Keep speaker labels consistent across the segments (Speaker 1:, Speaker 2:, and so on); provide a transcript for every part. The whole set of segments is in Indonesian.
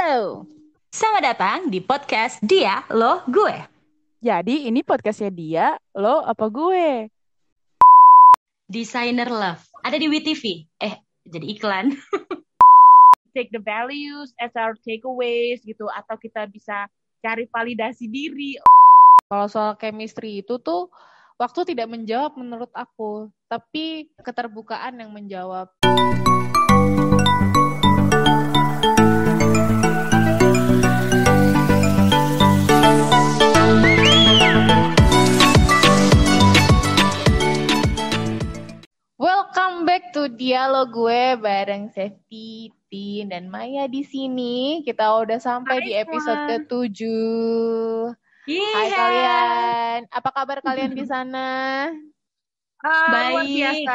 Speaker 1: Halo.
Speaker 2: Selamat datang di podcast Dia, Lo, Gue.
Speaker 1: Jadi ini podcastnya dia, lo apa gue?
Speaker 2: Designer Love. Ada di WTV. Jadi iklan.
Speaker 1: Take the values as our takeaways gitu, atau kita bisa cari validasi diri. Kalau soal chemistry itu tuh waktu tidak menjawab menurut aku, tapi keterbukaan yang menjawab. Welcome back to Dialog Gue bareng Safety, Tin, dan Maya di sini. Kita udah sampai
Speaker 2: Hai
Speaker 1: di episode
Speaker 2: semua.
Speaker 1: ke-7. Hai
Speaker 2: Iya.
Speaker 1: kalian, apa kabar kalian di sana?
Speaker 3: Luar biasa,
Speaker 2: Baik.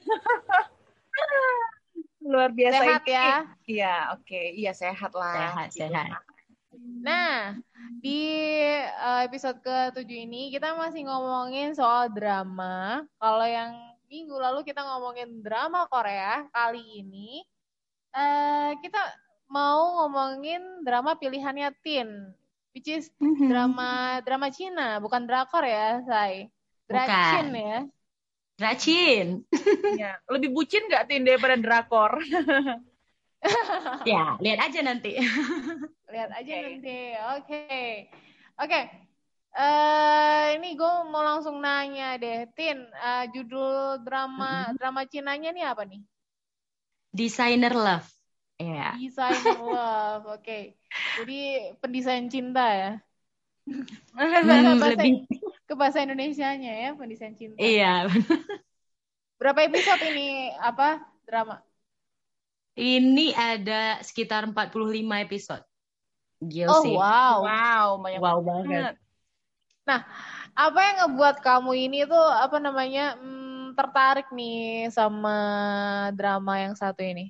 Speaker 3: luar biasa
Speaker 1: Sehat
Speaker 3: ini.
Speaker 1: ya?
Speaker 3: Iya, oke. Iya, sehat lah.
Speaker 2: Sehat,
Speaker 3: Gitu.
Speaker 2: sehat.
Speaker 1: Nah, di episode ke-7 ini kita masih ngomongin soal drama. Kalau yang minggu lalu kita ngomongin drama Korea, kali ini kita mau ngomongin drama pilihannya Tin, which is drama Cina, bukan drakor ya, Say. Dracin
Speaker 2: Bukan.
Speaker 1: ya.
Speaker 2: Racin.
Speaker 3: Iya. Lebih bucin nggak Tin daripada drakor?
Speaker 2: Ya, lihat aja nanti.
Speaker 1: Lihat aja
Speaker 3: Oke.
Speaker 1: nanti. Oke. Ini gue mau langsung nanya deh, Tin. Judul drama Cinanya nih apa nih?
Speaker 2: Designer Love. Ya.
Speaker 1: Designer Love. Oke. Jadi pendesain cinta ya.
Speaker 2: Lebih.
Speaker 1: Ke bahasa Indonesianya ya, pendesain cinta.
Speaker 2: Iya.
Speaker 1: Berapa episode ini drama?
Speaker 2: Ini ada sekitar 45 episode. Gila
Speaker 1: Oh,
Speaker 2: sih.
Speaker 1: wow.
Speaker 3: Wow, banyak
Speaker 2: Wow
Speaker 3: banget.
Speaker 2: banget.
Speaker 1: Nah, apa yang ngebuat kamu ini tuh tertarik nih sama drama yang satu ini?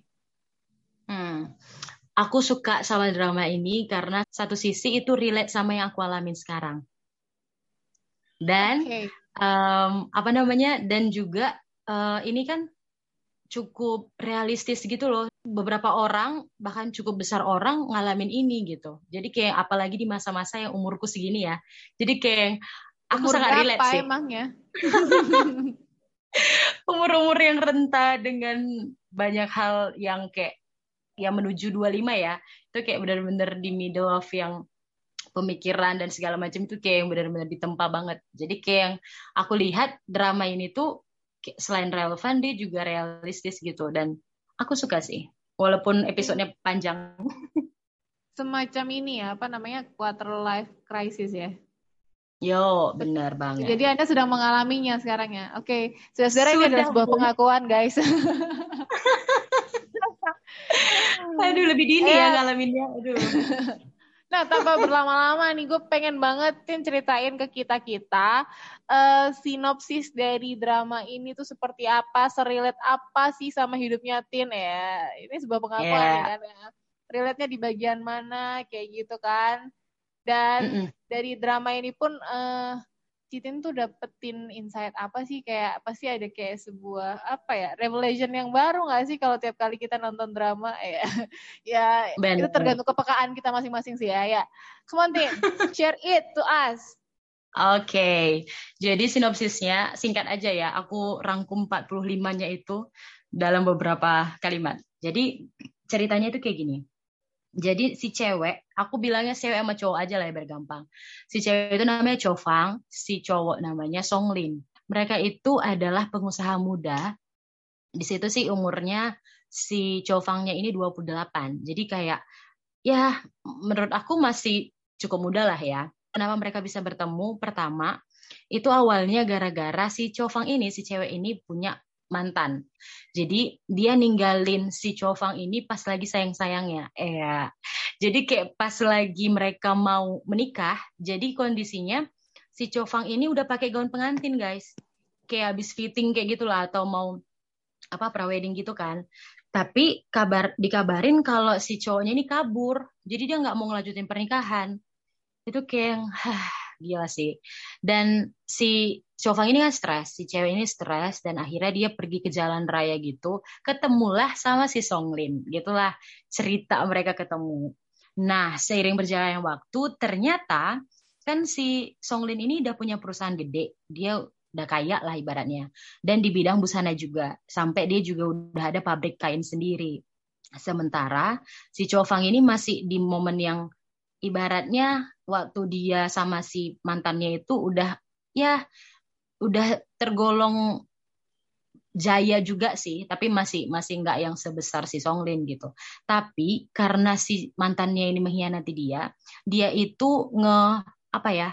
Speaker 2: Aku suka sama drama ini karena satu sisi itu relate sama yang aku alamin sekarang. Dan
Speaker 1: Oke.
Speaker 2: dan juga ini kan cukup realistis gitu loh. Beberapa orang, bahkan cukup besar orang ngalamin ini gitu. Jadi kayak apalagi di masa-masa yang umurku segini ya. Jadi kayak aku
Speaker 1: Umur
Speaker 2: sangat relate
Speaker 1: berapa
Speaker 2: sih.
Speaker 1: emangnya?
Speaker 2: Umur-umur yang renta dengan banyak hal yang kayak yang menuju 25 ya. Itu kayak benar-benar di middle of yang pemikiran dan segala macam itu kayak yang benar-benar ditempa banget. Jadi kayak yang aku lihat drama ini tuh selain relevan dia juga realistis gitu dan aku suka sih. Walaupun episodenya panjang.
Speaker 1: Semacam ini ya, quarter life crisis ya.
Speaker 2: Yo, benar banget.
Speaker 1: Jadi Anda sedang mengalaminya sekarang ya. Oke, saudara ini adalah
Speaker 2: Sudah,
Speaker 1: sebuah
Speaker 2: Bu.
Speaker 1: pengakuan, guys.
Speaker 2: Aduh, lebih dini ya ngalaminnya. Aduh.
Speaker 1: Nah, tanpa berlama-lama nih, gue pengen banget Tin ceritain ke kita-kita sinopsis dari drama ini tuh seperti apa, serelate apa sih sama hidupnya Tin ya. Ini sebuah pengakuan nih kan ya. Relate-nya di bagian mana, kayak gitu kan. Dan dari drama ini pun Citin tuh dapetin insight apa sih, kayak pasti ada kayak sebuah revelation yang baru nggak sih kalau tiap kali kita nonton drama ya. Ya itu
Speaker 2: Benar.
Speaker 1: tergantung kepekaan kita masing-masing sih ya. Come on Tin, share it to us.
Speaker 2: Oke. Jadi sinopsisnya singkat aja ya. Aku rangkum 45-nya itu dalam beberapa kalimat. Jadi ceritanya itu kayak gini. Jadi si cewek, aku bilangnya cewek sama cowok aja lah ya biar gampang. Si cewek itu namanya Chofang, si cowok namanya Songlin. Mereka itu adalah pengusaha muda. Di situ sih umurnya si Chofangnya ini 28. Jadi kayak ya menurut aku masih cukup muda lah ya. Kenapa mereka bisa bertemu? Pertama, itu awalnya gara-gara si Chofang ini, si cewek ini punya mantan. Jadi dia ninggalin si Chofang ini pas lagi sayang-sayangnya. Jadi kayak pas lagi mereka mau menikah, jadi kondisinya si Chofang ini udah pakai gaun pengantin, guys. Kayak habis fitting kayak gitulah atau mau prawedding gitu kan. Tapi dikabarin kalau si cowoknya ini kabur. Jadi dia nggak mau ngelanjutin pernikahan. Itu kayak yang, gila sih. Dan si Chofang ini kan stres, si cewek ini stres, dan akhirnya dia pergi ke jalan raya gitu, ketemulah sama si Songlin, gitulah cerita mereka ketemu. Nah, seiring berjalannya waktu, ternyata kan si Songlin ini udah punya perusahaan gede. Dia udah kaya lah ibaratnya. Dan di bidang busana juga. Sampai dia juga udah ada pabrik kain sendiri. Sementara si Chofang ini masih di momen yang ibaratnya waktu dia sama si mantannya itu ya udah tergolong jaya juga sih, tapi masih masih nggak yang sebesar si Songlin gitu. Tapi karena si mantannya ini mengkhianati dia itu apa ya,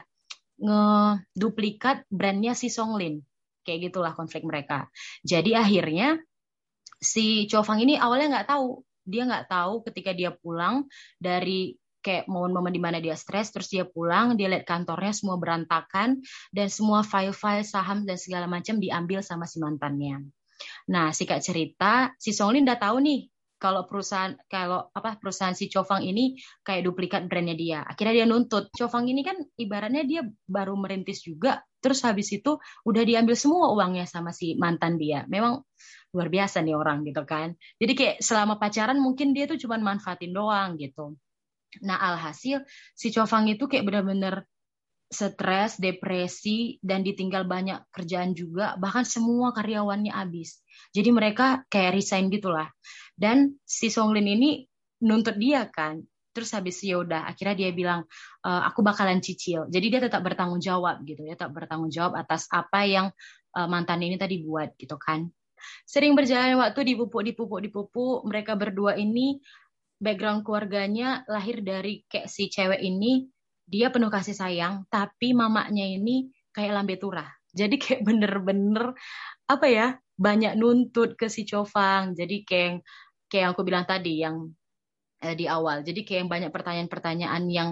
Speaker 2: ngeduplikat brandnya si Songlin. Kayak gitulah konflik mereka. Jadi akhirnya si Chofang ini awalnya nggak tahu. Dia nggak tahu ketika dia pulang dari kayak momen-momen di mana dia stres, terus dia pulang, dia lihat kantornya semua berantakan dan semua file-file saham dan segala macam diambil sama si mantannya. Nah, singkat cerita, si Songlin udah tahu nih kalau perusahaan si Chofang ini kayak duplikat brandnya dia. Akhirnya dia nuntut. Chofang ini kan ibaratnya dia baru merintis juga, terus habis itu udah diambil semua uangnya sama si mantan dia. Memang luar biasa nih orang gitu kan. Jadi kayak selama pacaran mungkin dia tuh cuma manfaatin doang gitu. Nah, alhasil si Chofang itu kayak benar-benar stres, depresi, dan ditinggal banyak kerjaan juga. Bahkan semua karyawannya habis. Jadi mereka kayak resign gitulah. Dan si Songlin ini nuntut dia kan. Terus habis ya udah, akhirnya dia bilang, aku bakalan cicil. Jadi dia tetap bertanggung jawab gitu. Dia tetap bertanggung jawab atas apa yang mantan ini tadi buat gitu kan. Sering berjalan waktu dipupuk. Mereka berdua ini background keluarganya lahir dari kayak si cewek ini, dia penuh kasih sayang, tapi mamanya ini kayak lambe turah. Jadi kayak bener-bener apa ya, banyak nuntut ke si Chofang. Jadi kayak yang aku bilang tadi yang di awal. Jadi kayak banyak pertanyaan-pertanyaan yang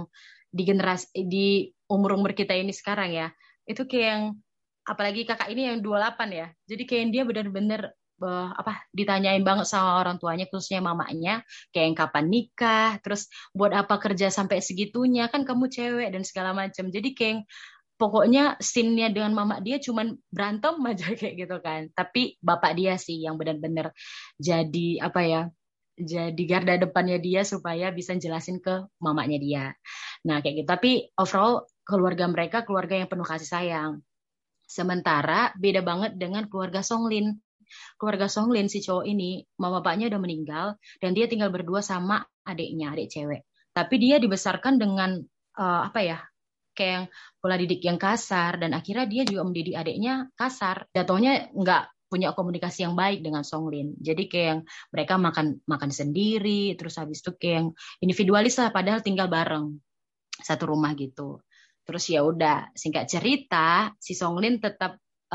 Speaker 2: di umur-umur kita ini sekarang ya. Itu kayak yang apalagi kakak ini yang 28 ya. Jadi kayak dia benar-benar ditanyain banget sama orang tuanya, khususnya mamanya, kayak yang kapan nikah, terus buat apa kerja sampai segitunya, kan kamu cewek dan segala macam. Jadi kayak pokoknya scene-nya dengan mama dia cuman berantem aja kayak gitu kan. Tapi bapak dia sih yang benar-benar jadi apa ya, jadi garda depannya dia supaya bisa jelasin ke mamanya dia. Nah kayak gitu. Tapi overall keluarga mereka keluarga yang penuh kasih sayang. Sementara beda banget dengan keluarga Songlin. Keluarga Songlin si cowok ini, mama bapaknya udah meninggal dan dia tinggal berdua sama adiknya, adik cewek. Tapi dia dibesarkan dengan apa ya, kayak yang pola didik yang kasar dan akhirnya dia juga mendidik adiknya kasar. Jatuhnya nggak punya komunikasi yang baik dengan Songlin. Jadi kayak yang mereka makan makan sendiri, terus habis itu kayak yang individualis lah, padahal tinggal bareng satu rumah gitu. Terus ya udah, singkat cerita, si Songlin tetap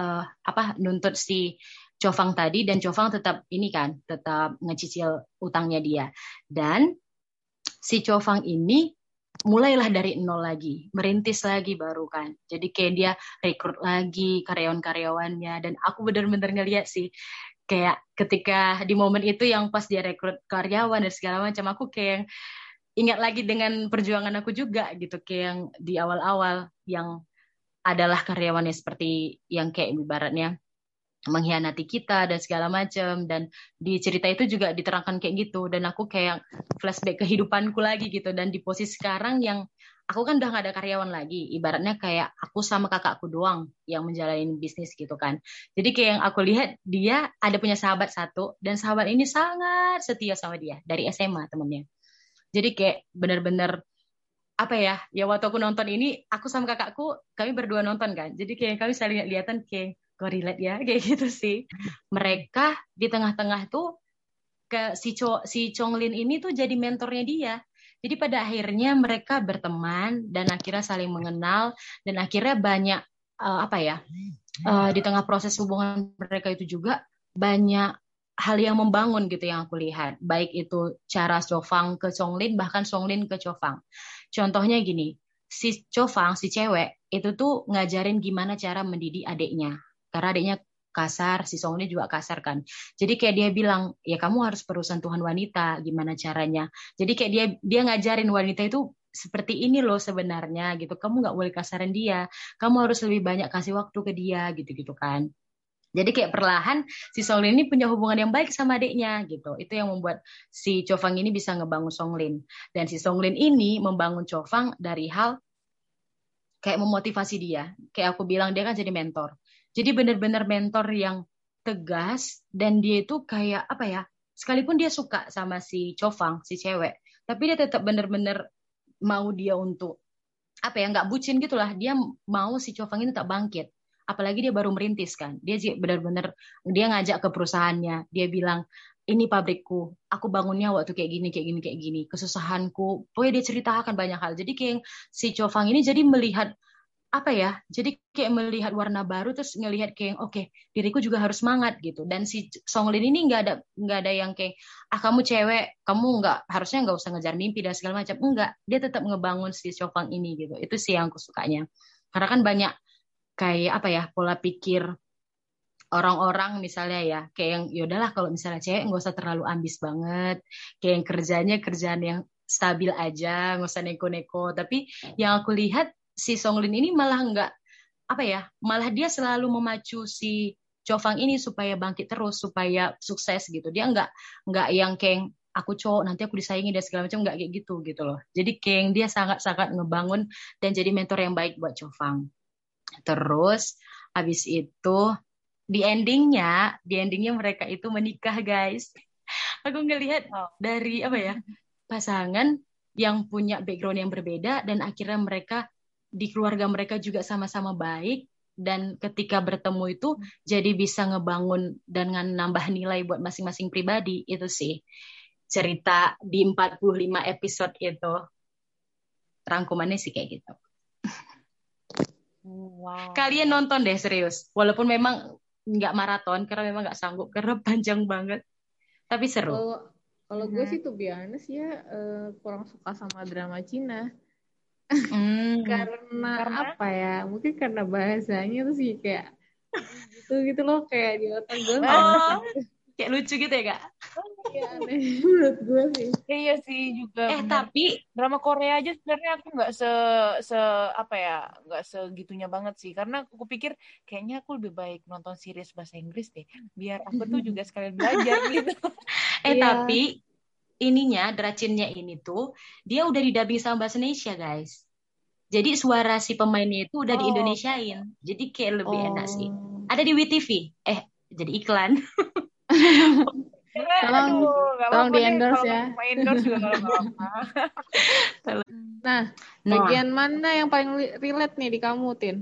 Speaker 2: nuntut si Chofang tadi dan Chofang tetap ini kan, tetap ngecicil utangnya dia. Dan si Chofang ini mulailah dari nol lagi, merintis lagi baru kan. Jadi kayak dia rekrut lagi karyawan-karyawannya dan aku benar-benar ngeliat sih kayak ketika di momen itu yang pas dia rekrut karyawan dan segala macam, aku kayak ingat lagi dengan perjuangan aku juga gitu, kayak yang di awal-awal yang adalah karyawannya seperti yang kayak ibaratnya mengkhianati kita dan segala macam, dan di cerita itu juga diterangkan kayak gitu dan aku kayak flashback kehidupanku lagi gitu, dan di posisi sekarang yang aku kan udah gak ada karyawan lagi, ibaratnya kayak aku sama kakakku doang yang menjalani bisnis gitu kan. Jadi kayak yang aku lihat dia ada punya sahabat satu dan sahabat ini sangat setia sama dia dari SMA temennya. Jadi kayak benar-benar apa ya waktu aku nonton ini aku sama kakakku kami berdua nonton kan, jadi kayak kami saling lihat-lihatan kayak kok relate ya kayak gitu sih. Mereka di tengah-tengah tuh ke si Chonglin ini tuh jadi mentornya dia. Jadi pada akhirnya mereka berteman dan akhirnya saling mengenal dan akhirnya banyak di tengah proses hubungan mereka itu juga banyak hal yang membangun gitu yang aku lihat. Baik itu cara Chofang ke Songlin, bahkan Songlin ke Chofang. Contohnya gini, si Chofang, si cewek, itu tuh ngajarin gimana cara mendidik adiknya. Karena adiknya kasar, si Songlin juga kasar kan. Jadi kayak dia bilang, ya kamu harus bersentuhan wanita, gimana caranya. Jadi kayak dia ngajarin wanita itu seperti ini loh sebenarnya gitu. Kamu nggak boleh kasarin dia. Kamu harus lebih banyak kasih waktu ke dia gitu-gitu kan. Jadi kayak perlahan si Songlin ini punya hubungan yang baik sama adiknya gitu. Itu yang membuat si Chofang ini bisa ngebangun Songlin. Dan si Songlin ini membangun Chofang dari hal kayak memotivasi dia. Kayak aku bilang dia kan jadi mentor. Jadi benar-benar mentor yang tegas dan dia itu kayak apa ya? Sekalipun dia suka sama si Chofang, si cewek, tapi dia tetap benar-benar mau dia untuk apa ya, nggak bucin gitulah, dia mau si Chofang ini tak bangkit, apalagi dia baru merintis kan, dia benar-benar dia ngajak ke perusahaannya, dia bilang ini pabrikku, aku bangunnya waktu kayak gini kayak gini kayak gini, kesusahanku, pokoknya dia ceritakan banyak hal. Jadi kayak si Chofang ini jadi melihat apa ya, jadi kayak melihat warna baru, terus ngelihat kayak oke, diriku juga harus semangat gitu. Dan si Songlin ini nggak ada yang kayak kamu cewek, kamu nggak usah ngejar mimpi dan segala macam, enggak, dia tetap ngebangun si Chofang ini gitu. Itu sih yang aku sukanya, karena kan banyak kayak apa ya, pola pikir orang-orang misalnya ya, kayak yang yaudahlah kalau misalnya cewek nggak usah terlalu ambis banget, kayak yang kerjanya kerjaan yang stabil aja, nggak usah neko-neko. Tapi yang aku lihat si Songlin ini malah nggak apa ya, malah dia selalu memacu si Chofang ini supaya bangkit terus, supaya sukses gitu. Dia nggak yang kayak aku cowok nanti aku disaingi dan segala macam, nggak kayak gitu loh. Jadi kayak dia sangat-sangat ngebangun dan jadi mentor yang baik buat Chofang. Terus habis itu di endingnya mereka itu menikah guys. Aku ngelihat dari apa ya, pasangan yang punya background yang berbeda dan akhirnya mereka di keluarga mereka juga sama-sama baik, dan ketika bertemu itu jadi bisa ngebangun dan nambah nilai buat masing-masing pribadi. Itu sih cerita di 45 episode itu, rangkumannya sih kayak gitu.
Speaker 3: Wow.
Speaker 2: Kalian nonton deh serius, walaupun memang nggak maraton karena memang nggak sanggup karena panjang banget, tapi seru.
Speaker 1: Kalau gue sih tuh biasa sih ya, kurang suka sama drama Cina. Karena apa ya? Mungkin karena bahasanya tuh sih kayak gitu loh, kayak di otak gue.
Speaker 2: Kayak lucu gitu ya Kak?
Speaker 1: Iya, aneh menurut gue sih.
Speaker 3: Iya sih juga.
Speaker 2: Tapi
Speaker 3: drama Korea aja sebenarnya aku nggak nggak segitunya banget sih, karena aku pikir kayaknya aku lebih baik nonton series bahasa Inggris deh, biar aku tuh juga sekalian belajar gitu.
Speaker 2: Tapi ininya, Dracinnya ini tuh dia udah didubbing sama bahasa Indonesia guys. Jadi suara si pemainnya itu udah di-Indonesiain. Jadi kayak lebih enak sih. Ada di WeTV. Jadi iklan.
Speaker 1: Tolong di endorse ya.
Speaker 3: Endorse juga kalau apa.
Speaker 1: Nah, bagian mana yang paling relate nih di kamu, Tin?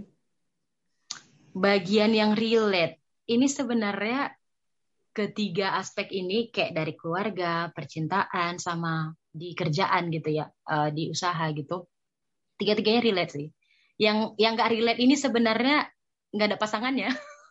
Speaker 2: Bagian yang relate ini sebenarnya ketiga aspek ini, kayak dari keluarga, percintaan, sama di kerjaan gitu ya, di usaha gitu. Tiga-tiganya relate sih. Yang nggak relate ini sebenarnya nggak ada pasangannya.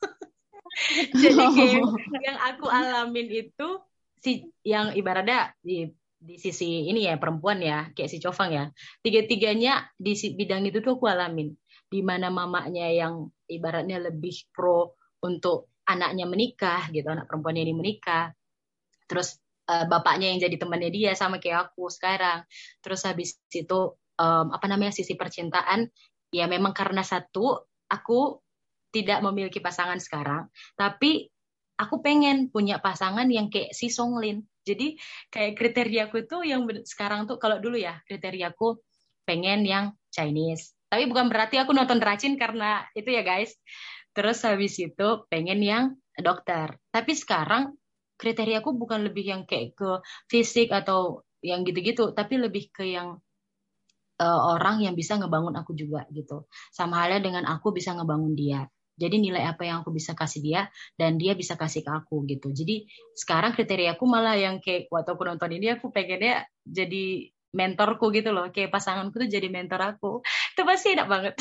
Speaker 2: Jadi kayak yang aku alamin itu yang ibaratnya di sisi ini ya, perempuan ya, kayak si Chofang ya. Tiga-tiganya di bidang itu tuh aku alamin. Di mana mamanya yang ibaratnya lebih pro untuk anaknya menikah gitu, anak perempuannya ini menikah. Terus bapaknya yang jadi temannya dia sama kayak aku sekarang. Terus habis itu sisi percintaan ya, memang karena satu aku tidak memiliki pasangan sekarang, tapi aku pengen punya pasangan yang kayak si Songlin. Jadi kayak kriteriaku itu yang sekarang tuh, kalau dulu ya kriteriaku pengen yang Chinese, tapi bukan berarti aku nonton Dracin karena itu ya guys. Terus habis itu pengen yang dokter, tapi sekarang kriteriaku bukan lebih yang kayak ke fisik atau yang gitu-gitu, tapi lebih ke yang orang yang bisa ngebangun aku juga gitu. Sama halnya dengan aku bisa ngebangun dia. Jadi nilai apa yang aku bisa kasih dia dan dia bisa kasih ke aku gitu. Jadi sekarang kriteria aku malah yang kayak waktu aku nonton ini aku pengennya jadi mentorku gitu loh. Kayak pasanganku tuh jadi mentor aku. Itu pasti enak banget.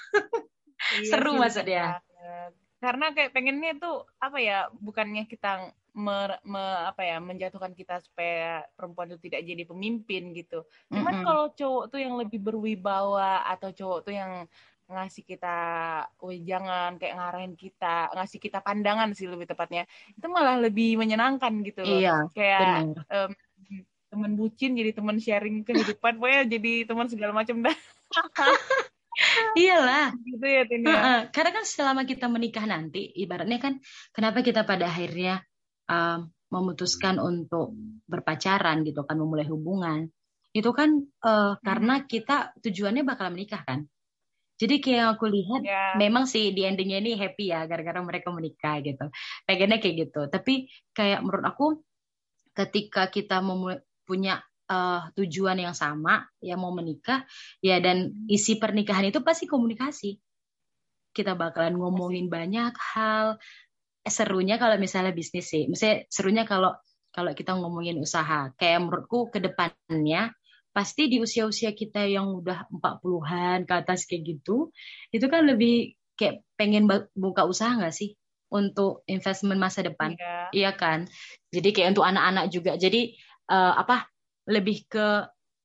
Speaker 2: Seru maksudnya.
Speaker 3: Karena kayak pengennya tuh apa ya, bukannya kita menjatuhkan kita supaya perempuan itu tidak jadi pemimpin gitu. Cuman kalau cowok tuh yang lebih berwibawa, atau cowok tuh yang ngasih kita wejangan, kayak ngarahin kita, ngasih kita pandangan sih lebih tepatnya, itu malah lebih menyenangkan gitu loh.
Speaker 2: Iya,
Speaker 3: kayak teman bucin jadi teman sharing kehidupan, pokoknya jadi teman segala macam dah.
Speaker 2: Iyalah.
Speaker 3: Gitu ya, Tin ya.
Speaker 2: Karena kan selama kita menikah nanti, ibaratnya kan, kenapa kita pada akhirnya memutuskan untuk berpacaran gitu kan, memulai hubungan, itu kan karena kita tujuannya bakal menikah kan. Jadi kayak yang aku lihat,
Speaker 3: Ya.
Speaker 2: memang sih di endingnya ini happy ya, gara-gara mereka menikah gitu. Pengennya kayak gitu. Tapi kayak menurut aku, ketika kita punya tujuan yang sama, ya mau menikah, ya dan isi pernikahan itu pasti komunikasi. Kita bakalan ngomongin banyak hal. Serunya kalau misalnya bisnis sih. Misalnya serunya kalau kita ngomongin usaha. Kayak menurutku ke depannya, pasti di usia-usia kita yang udah 40-an ke atas kayak gitu, itu kan lebih kayak pengen buka usaha nggak sih? Untuk investment masa depan.
Speaker 3: Iya.
Speaker 2: Iya kan? Jadi kayak untuk anak-anak juga. Jadi lebih ke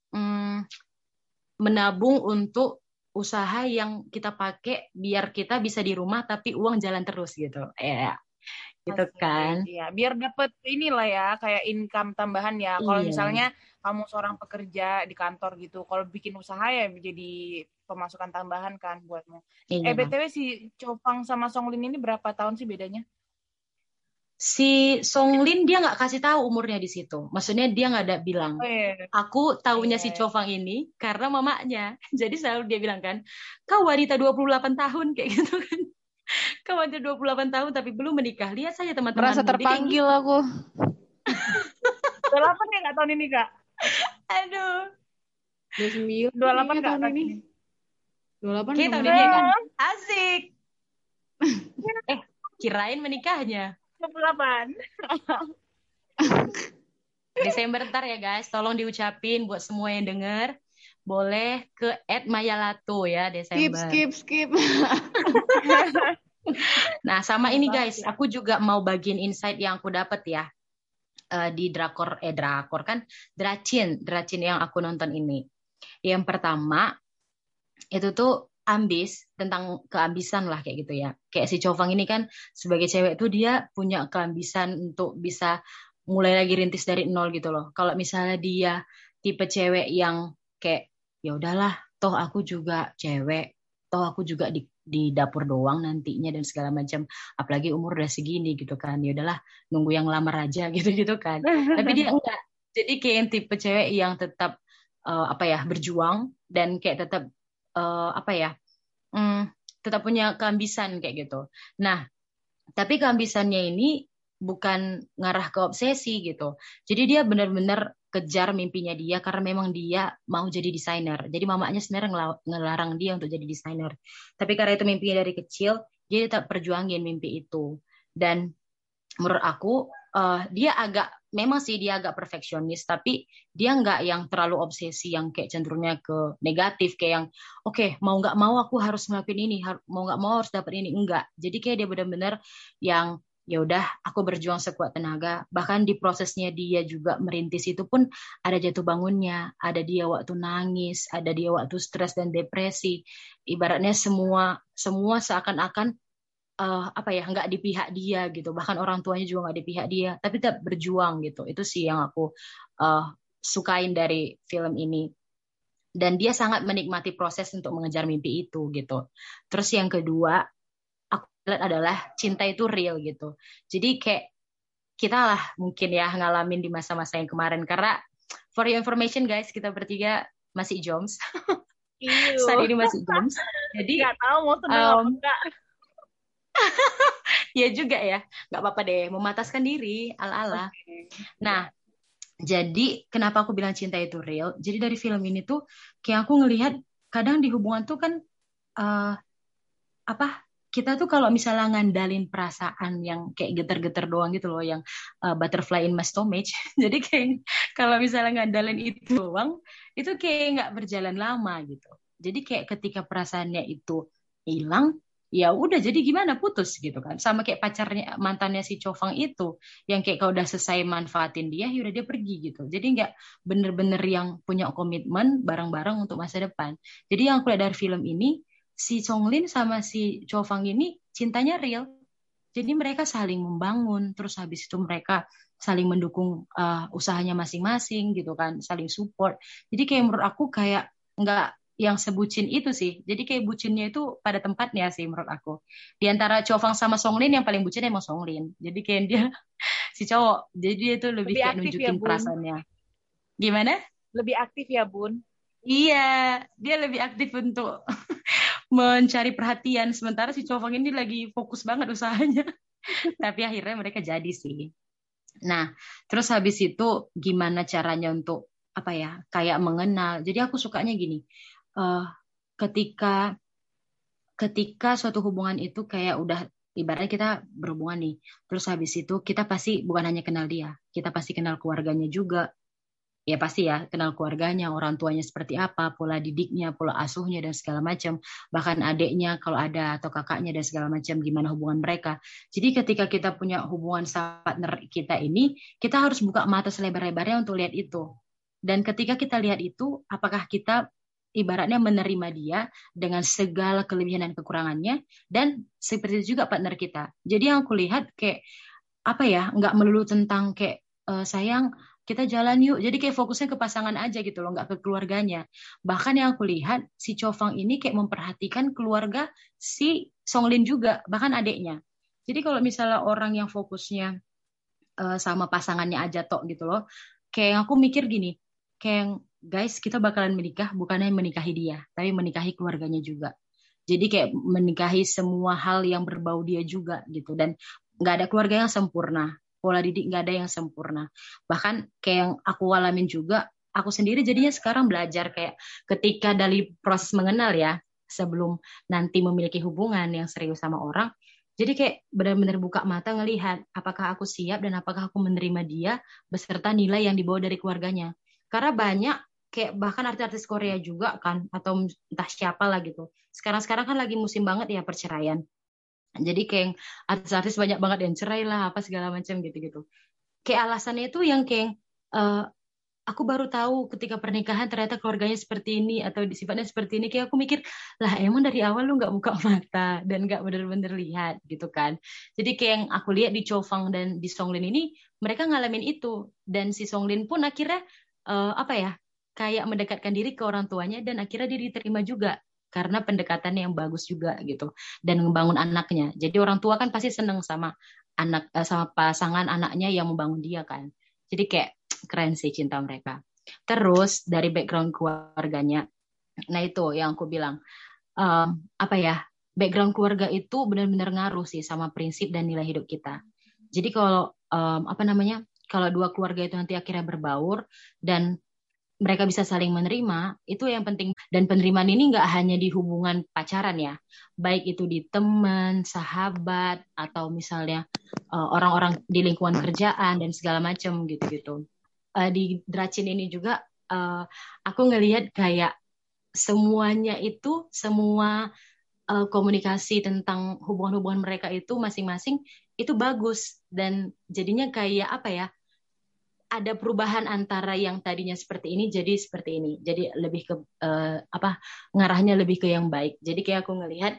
Speaker 2: menabung untuk usaha yang kita pakai biar kita bisa di rumah tapi uang jalan terus gitu. Ya, gitu kan.
Speaker 3: Iya, biar dapet inilah ya, kayak income tambahan ya. Kalau
Speaker 2: Iya.
Speaker 3: misalnya kamu seorang pekerja di kantor gitu, kalau bikin usaha ya jadi pemasukan tambahan kan buatmu.
Speaker 2: Iya.
Speaker 3: BTW si Chopang sama Songlin ini berapa tahun sih bedanya?
Speaker 2: Si Songlin dia nggak kasih tahu umurnya di situ. Maksudnya dia nggak ada bilang.
Speaker 3: Oh, iya.
Speaker 2: Aku taunya si Chofang ini karena mamanya. Jadi selalu dia bilang kan, kau wanita 28 tahun kayak gitu kan. Kau wanita 28 tahun tapi belum menikah. Lihat saja teman-teman.
Speaker 1: Merasa terpanggil aku.
Speaker 3: 28 ya nggak tahun ini, Kak?
Speaker 2: Aduh.
Speaker 1: 29.
Speaker 3: 28 nggak tahun ini?
Speaker 1: 28
Speaker 2: Kayak tahun ini kan. Asik. Kirain menikahnya.
Speaker 3: 28.
Speaker 2: Desember ntar ya guys, tolong diucapin buat semua yang denger, boleh ke @mayalato ya Desember.
Speaker 1: Skip.
Speaker 2: Nah sama ini guys, aku juga mau bagiin insight yang aku dapat ya di drakor kan, Dracin yang aku nonton ini. Yang pertama itu tuh tentang keambisan lah kayak gitu ya. Kayak si Chofang ini kan sebagai cewek tuh dia punya keambisan untuk bisa mulai lagi rintis dari nol gitu loh. Kalau misalnya dia tipe cewek yang kayak ya udahlah, toh aku juga cewek, toh aku juga di dapur doang nantinya dan segala macam. Apalagi umur udah segini gitu kan. Ya udahlah, nunggu yang lamar aja gitu kan. Tapi dia enggak. Jadi kayak yang tipe cewek yang tetap berjuang dan kayak tetap tetap punya keambisan kayak gitu. Nah, tapi keambisannya ini bukan ngarah ke obsesi gitu. Jadi dia benar-benar kejar mimpinya dia karena memang dia mau jadi desainer. Jadi mamanya sebenarnya ngelarang dia untuk jadi desainer. Tapi karena itu mimpinya dari kecil, dia tetap perjuangin mimpi itu. Dan menurut aku dia memang sih dia agak perfeksionis, tapi dia nggak yang terlalu obsesi yang kayak cenderungnya ke negatif, kayak yang oke, mau nggak mau aku harus ngelakuin ini, mau nggak mau harus dapat ini, enggak. Jadi kayak dia benar-benar yang ya udah aku berjuang sekuat tenaga. Bahkan di prosesnya dia juga merintis itu pun ada jatuh bangunnya, ada dia waktu nangis, ada dia waktu stres dan depresi. Ibaratnya semua seakan-akan nggak di pihak dia gitu, bahkan orang tuanya juga nggak di pihak dia, tapi tetap berjuang gitu. Itu sih yang aku sukain dari film ini, dan dia sangat menikmati proses untuk mengejar mimpi itu gitu. Terus yang kedua aku lihat adalah cinta itu real gitu. Jadi kayak kita lah mungkin ya ngalamin di masa-masa yang kemarin, karena for your information guys, kita bertiga masih joms. Saat ini masih joms, jadi
Speaker 3: nggak tahu mau seneng apa enggak.
Speaker 2: Ya juga ya, nggak apa-apa deh, memataskan diri ala-ala. Nah, jadi kenapa aku bilang cinta itu real? Jadi dari film ini tuh kayak aku ngelihat kadang di hubungan tuh kan kita tuh kalau misalnya ngandalin perasaan yang kayak getar-getar doang gitu loh, yang butterfly in my stomach. Jadi kayak kalau misalnya ngandalin itu doang, itu kayak nggak berjalan lama gitu. Jadi kayak ketika perasaannya itu hilang, ya udah, jadi gimana, putus gitu kan. Sama kayak mantannya si Chofang itu, yang kayak kalau udah selesai manfaatin dia, ya udah dia pergi gitu. Jadi nggak bener-bener yang punya komitmen bareng-bareng untuk masa depan. Jadi yang aku lihat dari film ini, si Songlin sama si Chofang ini cintanya real. Jadi mereka saling membangun, terus habis itu mereka saling mendukung usahanya masing-masing gitu kan, saling support. Jadi kayak menurut aku kayak nggak yang sebucin itu sih. Jadi kayak bucinnya itu pada tempatnya sih menurut aku. Di antara Chofang sama Songlin yang paling bucin emang Songlin. Jadi kayak dia si cowok. Jadi dia tuh lebih
Speaker 3: Lebih
Speaker 2: kayak
Speaker 3: aktif ya,
Speaker 2: nunjukin
Speaker 3: Bun.
Speaker 2: perasaannya. Gimana?
Speaker 3: Lebih aktif ya, Bun.
Speaker 2: Iya, dia lebih aktif untuk mencari perhatian. Sementara si Chofang ini lagi fokus banget usahanya. Tapi akhirnya mereka jadi sih. Nah, terus habis itu gimana caranya untuk apa ya, kayak mengenal. Jadi aku sukanya gini, eh, ketika ketika suatu hubungan itu kayak udah ibaratnya kita berhubungan nih, terus habis itu kita pasti bukan hanya kenal dia, kita pasti kenal keluarganya juga. Ya pasti ya, kenal keluarganya, orang tuanya seperti apa, pola didiknya, pola asuhnya dan segala macam, bahkan adiknya kalau ada atau kakaknya dan segala macam, gimana hubungan mereka. Jadi ketika kita punya hubungan sama partner kita ini, kita harus buka mata selebar-lebarnya untuk lihat itu. Dan ketika kita lihat itu, apakah kita ibaratnya menerima dia dengan segala kelebihan dan kekurangannya, dan seperti itu juga partner kita. Jadi yang aku lihat kayak apa ya, nggak melulu tentang kayak sayang kita jalan yuk. Jadi kayak fokusnya ke pasangan aja gitu loh, nggak ke keluarganya. Bahkan yang aku lihat si Chofang ini kayak memperhatikan keluarga si Songlin juga, bahkan adiknya. Jadi kalau misalnya orang yang fokusnya sama pasangannya aja tok gitu loh, kayak aku mikir gini, kayak guys kita bakalan menikah bukan hanya menikahi dia, tapi menikahi keluarganya juga. Jadi kayak menikahi semua hal yang berbau dia juga gitu. Dan nggak ada keluarga yang sempurna, pola didik nggak ada yang sempurna. Bahkan kayak yang aku alamin juga, aku sendiri jadinya sekarang belajar kayak ketika dari proses mengenal ya, sebelum nanti memiliki hubungan yang serius sama orang, jadi kayak benar-benar buka mata ngelihat apakah aku siap dan apakah aku menerima dia beserta nilai yang dibawa dari keluarganya. Karena banyak kayak bahkan artis-artis Korea juga kan, atau entah siapa lah gitu. Sekarang-sekarang kan lagi musim banget ya perceraian. Jadi kayak artis-artis banyak banget yang cerai lah apa segala macam gitu-gitu. Kayak alasannya itu yang kayak eh, aku baru tahu ketika pernikahan ternyata keluarganya seperti ini atau sifatnya seperti ini. Kayak aku mikir lah emang dari awal lu nggak buka mata dan nggak bener-bener lihat gitu kan. Jadi kayak yang aku lihat di Chofang dan di Songlin ini, mereka ngalamin itu, dan si Songlin pun akhirnya apa ya, kayak mendekatkan diri ke orang tuanya dan akhirnya dia diterima juga karena pendekatannya yang bagus juga gitu, dan membangun anaknya. Jadi orang tua kan pasti seneng sama sama pasangan anaknya yang membangun dia kan. Jadi kayak keren sih cinta mereka. Terus dari background keluarganya, nah itu yang aku bilang, apa ya, background keluarga itu benar-benar ngaruh sih sama prinsip dan nilai hidup kita. Jadi kalau apa namanya, kalau dua keluarga itu nanti akhirnya berbaur dan mereka bisa saling menerima, itu yang penting. Dan penerimaan ini nggak hanya di hubungan pacaran ya, baik itu di teman, sahabat, atau misalnya orang-orang di lingkungan kerjaan dan segala macam gitu-gitu. Di Dracin ini juga aku ngelihat kayak semuanya itu, semua komunikasi tentang hubungan-hubungan mereka itu masing-masing itu bagus, dan jadinya kayak apa ya, ada perubahan antara yang tadinya seperti ini jadi seperti ini. Jadi lebih ke apa, ngarahnya lebih ke yang baik. Jadi kayak aku ngelihat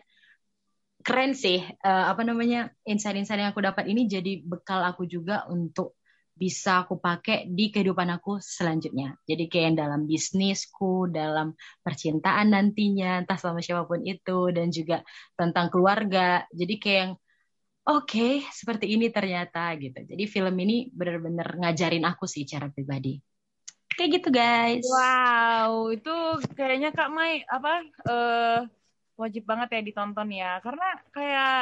Speaker 2: keren sih, apa namanya, insight-insight yang aku dapat ini jadi bekal aku juga untuk bisa aku pakai di kehidupan aku selanjutnya. Jadi kayak yang dalam bisnisku, dalam percintaan nantinya, entah sama siapapun itu, dan juga tentang keluarga. Jadi kayak yang oke, seperti ini ternyata gitu. Jadi film ini benar-benar ngajarin aku sih cara pribadi. Kayak gitu guys.
Speaker 3: Wow, itu kayaknya Kak Mai apa wajib banget ya ditonton ya. Karena kayak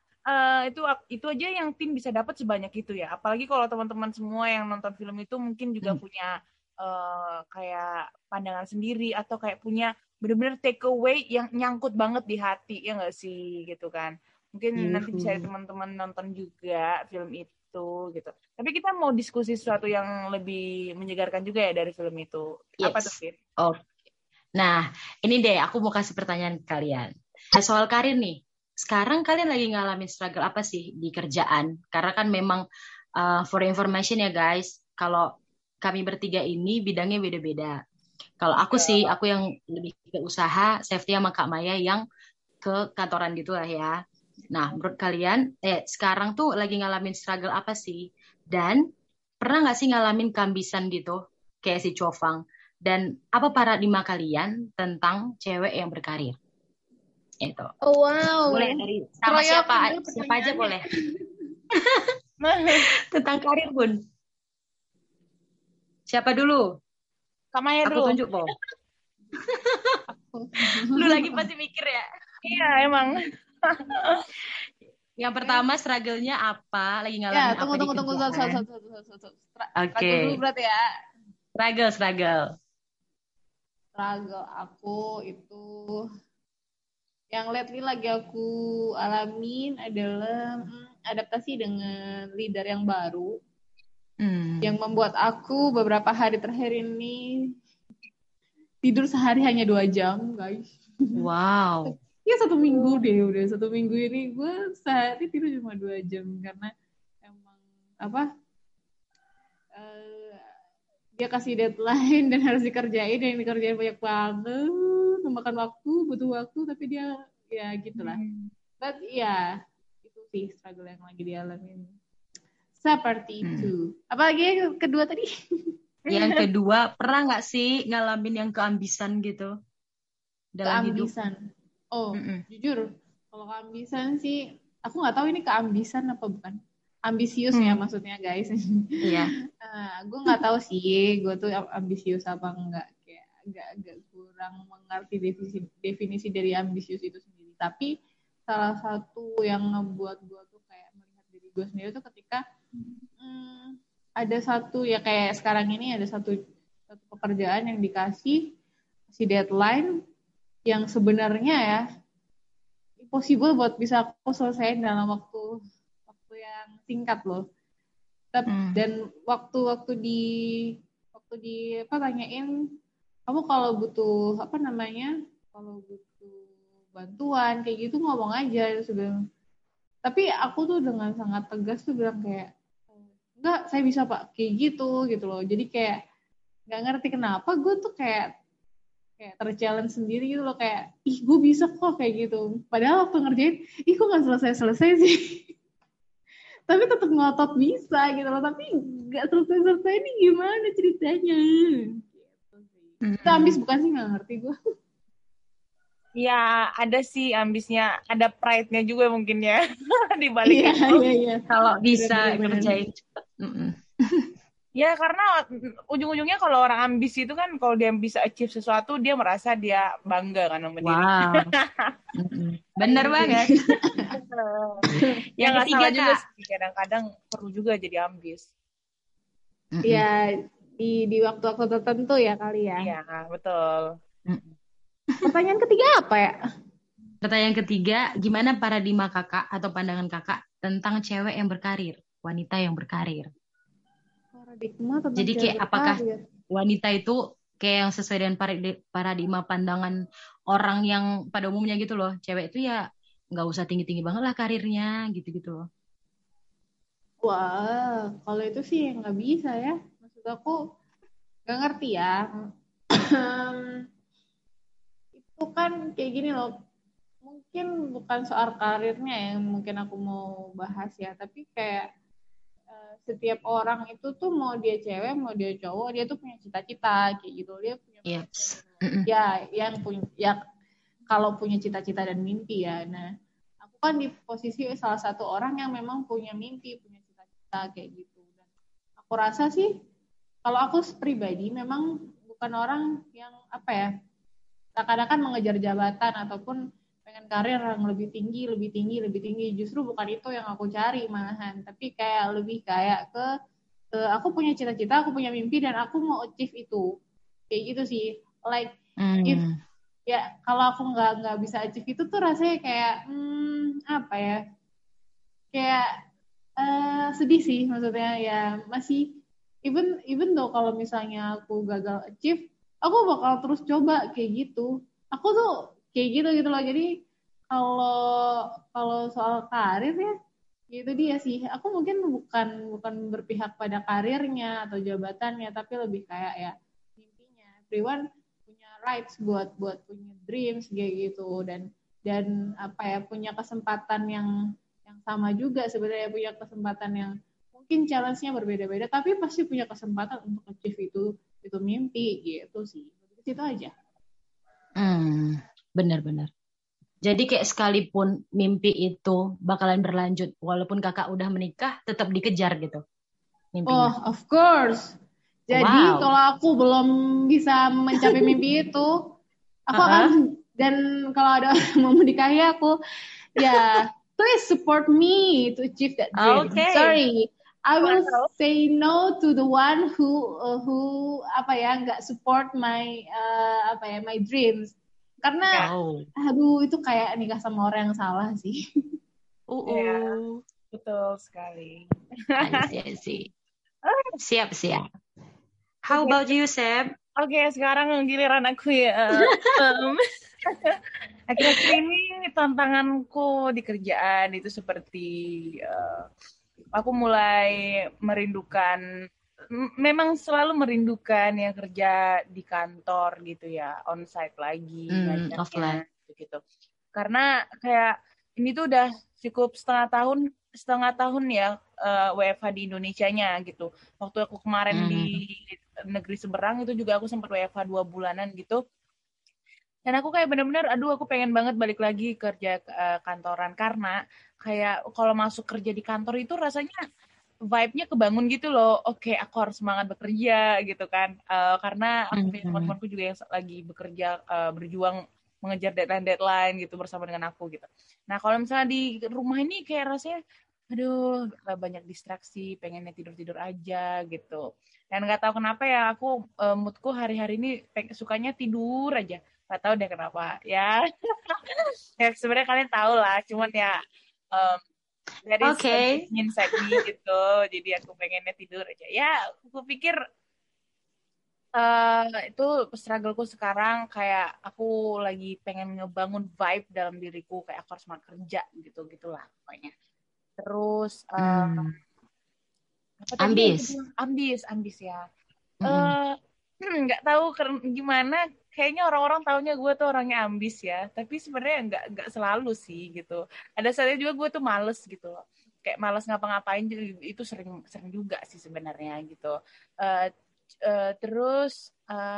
Speaker 3: itu aja yang tim bisa dapat sebanyak itu ya. Apalagi kalau teman-teman semua yang nonton film itu mungkin juga punya kayak pandangan sendiri atau kayak punya benar-benar take away yang nyangkut banget di hati, ya nggak sih gitu kan. Mungkin nanti bisa teman-teman nonton juga film itu gitu. Tapi kita mau diskusi sesuatu yang lebih menyegarkan juga ya dari film itu.
Speaker 2: Yes.
Speaker 3: Apa tuh, Fit?
Speaker 2: Oh. Nah, ini deh aku mau kasih pertanyaan ke kalian. Soal karir nih. Sekarang kalian lagi ngalamin struggle apa sih di kerjaan? Karena kan memang for information ya guys, kalau kami bertiga ini bidangnya beda-beda. Kalau aku sih, aku yang lebih ke usaha, safety sama Kak Maya yang ke kantoran gitu lah ya. Nah, menurut kalian, sekarang tuh lagi ngalamin struggle apa sih? Dan pernah nggak sih ngalamin kambisan gitu, kayak si Chofang? Dan apa paradigma kalian tentang cewek yang berkarir? Itu.
Speaker 1: Oh wow.
Speaker 2: Boleh dari sama siapa aja boleh. Tentang karir, Bun. Siapa dulu?
Speaker 3: Kamaya
Speaker 2: Aku
Speaker 3: dulu.
Speaker 2: tunjuk, Po. Lu lagi pasti mikir ya?
Speaker 3: Iya, emang.
Speaker 2: Yang pertama struggle-nya apa? Lagi ngalamin
Speaker 1: Ya,
Speaker 2: apa
Speaker 1: tunggu.
Speaker 2: di kerjaan? Oke.
Speaker 1: Dulu berarti ya.
Speaker 2: Struggle.
Speaker 1: Struggle aku itu yang lately lagi aku alamin adalah adaptasi dengan leader yang baru. Yang membuat aku beberapa hari terakhir ini tidur sehari hanya 2 jam, guys.
Speaker 2: Wow.
Speaker 1: Ya 1 minggu deh, udah 1 minggu ini gue sehari tidur cuma 2 jam karena emang dia kasih deadline dan harus dikerjain, dan dikerjain banyak banget, memakan waktu, butuh waktu, tapi dia ya gitulah. But ya itu sih struggle yang lagi dialamin. Seperti itu. Apalagi yang kedua tadi?
Speaker 2: Yang kedua, pernah nggak sih ngalamin yang keambisan gitu dalam
Speaker 1: keambisan
Speaker 2: hidup?
Speaker 1: Oh, jujur, kalau keambisan sih, aku nggak tahu ini keambisan apa bukan. Ambisius ya maksudnya, guys.
Speaker 2: Iya.
Speaker 1: Gue nggak tahu sih, gue tuh ambisius apa enggak. Kayak agak kurang mengerti definisi dari ambisius itu sendiri. Tapi salah satu yang ngebuat gue tuh kayak melihat diri gue sendiri tuh ketika ada satu, ya kayak sekarang ini ada satu pekerjaan yang dikasih deadline yang sebenarnya ya impossible buat bisa aku selesaiin dalam waktu yang singkat loh. Dan waktu di tanyain kamu kalau butuh kalau butuh bantuan kayak gitu ngomong aja sebelum. Tapi aku tuh dengan sangat tegas tuh bilang kayak enggak, saya bisa Pak, kayak gitu loh. Jadi kayak nggak ngerti kenapa gue tuh kayak ter-challenge sendiri gitu loh, kayak ih gue bisa kok kayak gitu. Padahal waktu ngerjain ih kok nggak selesai sih. Tapi tetap ngotot bisa gitu loh, tapi nggak selesai ini gimana ceritanya gitu sih. Itu ambis bukan sih, nggak ngerti gue.
Speaker 3: Ya ada sih ambisnya, ada pride-nya juga mungkin ya di balik itu.
Speaker 1: Iya.
Speaker 2: Kalau bisa ngerjain cepet.
Speaker 3: Ya karena ujung-ujungnya kalau orang ambis itu kan kalau dia bisa achieve sesuatu dia merasa dia bangga kan sama diri.
Speaker 2: Wow. Bener banget.
Speaker 3: Yang ketiga juga sih, kadang-kadang perlu juga jadi ambis.
Speaker 1: Iya, di waktu-waktu tertentu ya kali ya.
Speaker 3: Iya, betul.
Speaker 1: Pertanyaan ketiga apa ya?
Speaker 2: Pertanyaan ketiga, gimana paradigma kakak atau pandangan kakak tentang cewek yang berkarir, wanita yang berkarir? Jadi kayak apakah wanita itu kayak yang sesuai dengan paradigma pandangan orang yang pada umumnya gitu loh, cewek itu ya nggak usah tinggi-tinggi banget lah karirnya gitu-gitu loh.
Speaker 1: Wah, kalau itu sih nggak bisa ya. Maksud aku nggak ngerti ya. Itu kan kayak gini loh. Mungkin bukan soal karirnya yang mungkin aku mau bahas ya, tapi kayak setiap orang itu tuh mau dia cewek mau dia cowok, dia tuh punya cita-cita kayak gitu. Dia punya ya yang punya ya kalau punya cita-cita dan mimpi ya. Nah, aku kan di posisi salah satu orang yang memang punya mimpi, punya cita-cita kayak gitu. Dan aku rasa sih kalau aku pribadi memang bukan orang yang kadang-kadang mengejar jabatan ataupun pengen karir yang lebih tinggi. Justru bukan itu yang aku cari malahan, tapi kayak lebih kayak ke aku punya cita-cita, aku punya mimpi dan aku mau achieve itu. Kayak gitu sih. Like if ya kalau aku nggak bisa achieve itu tuh rasanya kayak kayak sedih sih, maksudnya ya masih even though kalau misalnya aku gagal achieve, aku bakal terus coba kayak gitu. Aku tuh kayak gitu loh. Jadi kalau soal karir ya gitu dia sih. Aku mungkin bukan berpihak pada karirnya atau jabatannya, tapi lebih kayak ya mimpinya. Everyone punya rights buat punya dreams kayak gitu, dan punya kesempatan yang sama juga sebenarnya, punya kesempatan yang mungkin challenge-nya berbeda-beda, tapi pasti punya kesempatan untuk achieve itu itu mimpi gitu sih. Itu aja.
Speaker 2: Benar-benar. Jadi kayak sekalipun mimpi itu bakalan berlanjut, walaupun kakak udah menikah, tetap dikejar gitu mimpinya.
Speaker 1: Oh, of course. Jadi kalau aku belum bisa mencapai mimpi itu, aku akan, dan kalau ada orang mau menikahi aku, ya please support me to achieve that dream.
Speaker 2: Okay.
Speaker 1: Sorry, I will say no to the one who nggak support my my dreams. Karena aduh itu kayak nikah sama orang yang salah sih.
Speaker 3: Ya, betul sekali.
Speaker 2: I see. Siap. How about you, Seb?
Speaker 3: Oke, sekarang giliran aku ya. Akhir-akhir ini tantanganku di kerjaan itu seperti aku mulai merindukan, memang selalu merindukan ya kerja di kantor gitu ya, onsite lagi,
Speaker 2: offline
Speaker 3: gitu. Karena kayak ini tuh udah cukup setengah tahun ya WFH di Indonesianya gitu. Waktu aku kemarin di negeri seberang itu juga aku sempat WFH 2 bulanan gitu. Dan aku kayak bener-bener, aku pengen banget balik lagi kerja kantoran. Karena kayak kalau masuk kerja di kantor itu rasanya vibe-nya kebangun gitu loh. Oke, aku harus semangat bekerja gitu kan. Karena aku punya teman-temanku juga yang lagi bekerja, berjuang mengejar deadline gitu bersama dengan aku gitu. Nah, kalau misalnya di rumah ini kayak rasanya, aduh, banyak distraksi, pengennya tidur-tidur aja gitu. Dan nggak tahu kenapa ya, aku moodku hari-hari ini sukanya tidur aja. Nggak tahu deh kenapa ya. Ya sebenarnya kalian tahu lah, cuman ya dari inside me gitu. Jadi aku pengennya tidur aja. Ya, aku pikir itu struggleku sekarang, kayak aku lagi pengen ngebangun vibe dalam diriku, kayak aku harus semangat kerja gitu gitulah pokoknya. Terus ambis ya. Nggak tahu gimana, kayaknya orang-orang taunya gue tuh orangnya ambis ya, tapi sebenarnya nggak selalu sih gitu. Ada saatnya juga gue tuh males gitu loh, kayak males ngapa-ngapain, itu sering juga sih sebenarnya gitu. Terus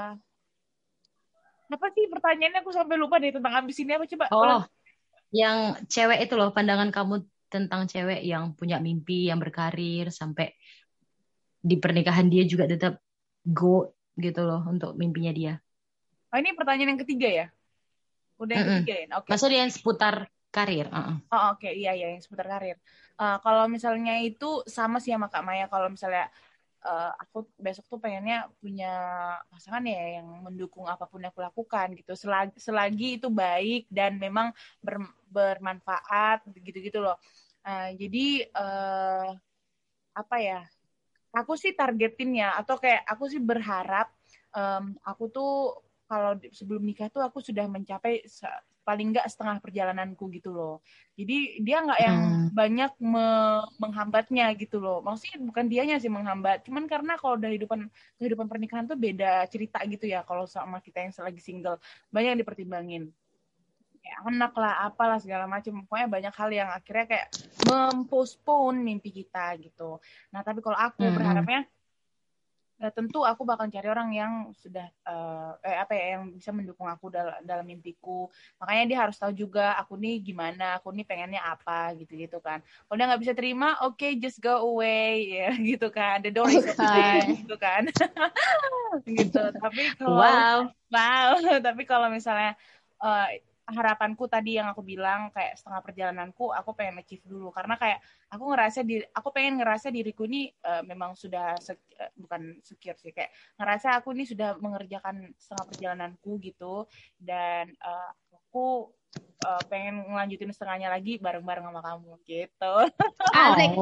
Speaker 3: apa sih pertanyaannya, aku sampai lupa deh tentang ambis ini apa coba.
Speaker 2: Yang cewek itu loh, pandangan kamu tentang cewek yang punya mimpi, yang berkarir sampai di pernikahan dia juga tetap go gitu loh untuk mimpinya dia.
Speaker 3: Ini pertanyaan yang ketiga ya? Udah yang ketiga ya? Oke.
Speaker 2: Maksudnya yang seputar karir.
Speaker 3: Oke. Iya, yang seputar karir. Kalau misalnya itu sama sih sama Kak Maya, kalau misalnya aku besok tuh pengennya punya pasangan ya yang mendukung apapun yang aku lakukan gitu, selagi itu baik dan memang bermanfaat gitu-gitu loh. Jadi apa ya, aku sih targetinnya, atau kayak aku sih berharap aku tuh kalau sebelum nikah tuh aku sudah mencapai paling nggak setengah perjalananku gitu loh. Jadi dia nggak yang banyak menghambatnya gitu loh. Maksudnya bukan dianya sih menghambat, cuman karena kalau dari kehidupan pernikahan tuh beda cerita gitu ya. Kalau sama kita yang lagi single, banyak yang dipertimbangin. Kayak anak lah, apalah segala macam. Pokoknya banyak hal yang akhirnya kayak mempostpone mimpi kita gitu. Nah, tapi kalau aku berharapnya tentu aku bakal cari orang yang sudah yang bisa mendukung aku dalam mimpiku. Makanya dia harus tahu juga aku nih gimana, aku nih pengennya apa gitu kan. Kalau dia nggak bisa terima, okay, just go away ya gitu kan. The door is open gitu kan. Gitu. Tapi kalau tapi kalau misalnya harapanku tadi yang aku bilang kayak setengah perjalananku, aku pengen achieve dulu karena kayak aku pengen ngerasa diriku ini memang sudah bukan secure sih, kayak ngerasa aku ini sudah mengerjakan setengah perjalananku gitu, dan aku pengen ngelanjutin setengahnya lagi bareng-bareng sama kamu gitu.
Speaker 1: Asik.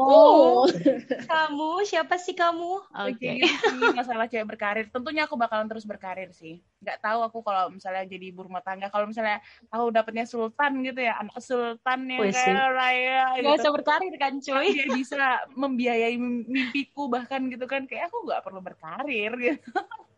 Speaker 2: Kamu siapa sih kamu?
Speaker 3: Oke. Gitu, masalah cewek berkarir, tentunya aku bakalan terus berkarir sih. Nggak tahu aku kalau misalnya jadi ibu rumah tangga, kalau misalnya aku dapetnya sultan gitu ya, anak sultan yang kayak raya gitu.
Speaker 2: Gak usah berkarir kan cuy.
Speaker 3: Dia bisa membiayai mimpiku bahkan gitu kan, kayak aku nggak perlu berkarir gitu.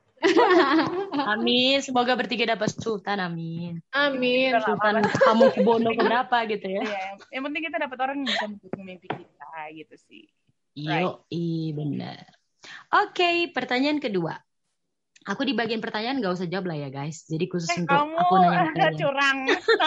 Speaker 2: Amin, semoga bertiga dapat sultan, amin.
Speaker 1: Sultan
Speaker 2: Hamengkubuwono keberapa gitu ya.
Speaker 3: Iya, yang penting kita dapat orang yang bisa mendukung mimpi kita gitu sih.
Speaker 2: Benar. Oke, pertanyaan kedua. Aku di bagian pertanyaan nggak usah jawab lah ya guys. Jadi khusus untuk
Speaker 3: Kamu
Speaker 2: aku nanya ke kalian.
Speaker 3: curang.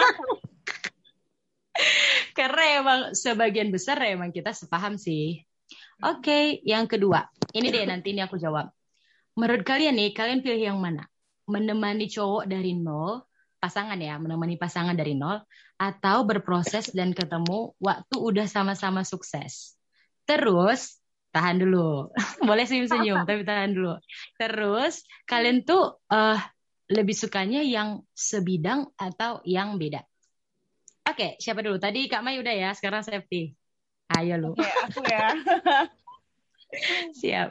Speaker 2: Karena emang sebagian besar emang kita sepaham sih. Oke, yang kedua. Ini deh nanti ini aku jawab. Menurut kalian nih, kalian pilih yang mana? Menemani cowok dari nol, pasangan ya, menemani pasangan dari nol, atau berproses dan ketemu waktu udah sama-sama sukses. Terus, tahan dulu. Boleh senyum-senyum, tapi tahan dulu. Terus, kalian tuh lebih sukanya yang sebidang atau yang beda? Oke, siapa dulu? Tadi Kak Mai udah ya, sekarang Septi. Ayo lu.
Speaker 3: Oke, aku ya.
Speaker 2: Siap.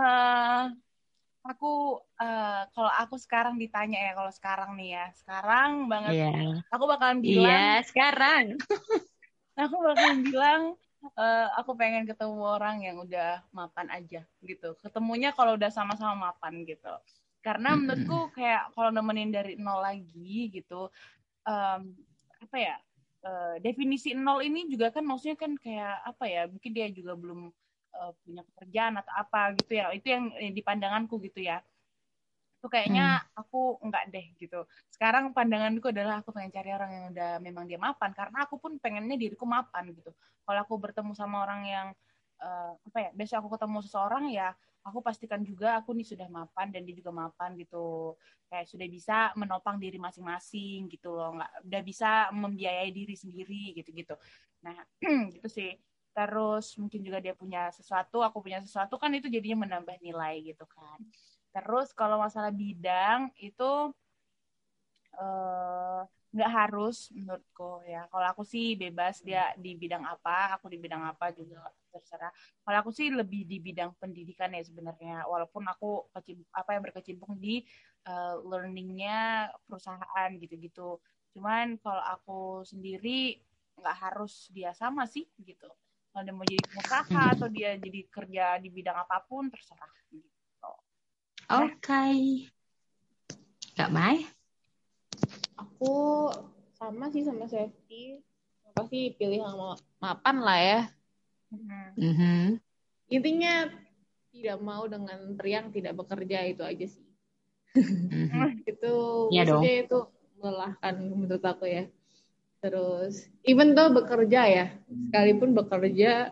Speaker 3: Kalau aku sekarang ditanya ya, kalau sekarang nih ya, sekarang banget,
Speaker 2: Iya.
Speaker 3: aku bakalan bilang,
Speaker 2: Iya, sekarang.
Speaker 3: aku bakalan bilang, aku pengen ketemu orang yang udah mapan aja gitu. Ketemunya kalau udah sama-sama mapan gitu. Karena menurutku kayak kalau nemenin dari nol lagi gitu, apa ya? Definisi nol ini juga kan maksudnya kan kayak apa ya? Mungkin dia juga belum punya pekerjaan atau apa gitu ya. Itu yang di pandanganku gitu ya. Itu kayaknya aku enggak deh gitu. Sekarang pandanganku adalah aku pengen cari orang yang udah memang dia mapan, karena aku pun pengennya diriku mapan gitu. Kalau aku bertemu sama orang yang apa ya, besok aku ketemu seseorang ya, aku pastikan juga aku nih sudah mapan dan dia juga mapan gitu. Kayak sudah bisa menopang diri masing-masing gitu loh, nggak udah bisa membiayai diri sendiri gitu-gitu. Nah, gitu sih. Terus mungkin juga dia punya sesuatu, aku punya sesuatu, kan itu jadinya menambah nilai gitu kan. Terus kalau masalah bidang itu nggak harus menurutku ya. Kalau aku sih bebas, dia di bidang apa, aku di bidang apa juga terserah. Kalau aku sih lebih di bidang pendidikan ya sebenarnya. Walaupun aku berkecimpung di learningnya perusahaan gitu-gitu. Cuman kalau aku sendiri nggak harus dia sama sih gitu. Kalau dia mau jadi pengusaha atau dia jadi kerja di bidang apapun terserah gitu.
Speaker 2: Oke. Kak Mai?
Speaker 1: Aku sama sih sama Safety. Pasti pilih yang mapan lah ya. Intinya tidak mau dengan yang tidak bekerja, itu aja sih. Itu
Speaker 2: ya
Speaker 1: maksudnya
Speaker 2: dong.
Speaker 1: itu melelahkan menurut aku ya. Terus even though bekerja ya, sekalipun bekerja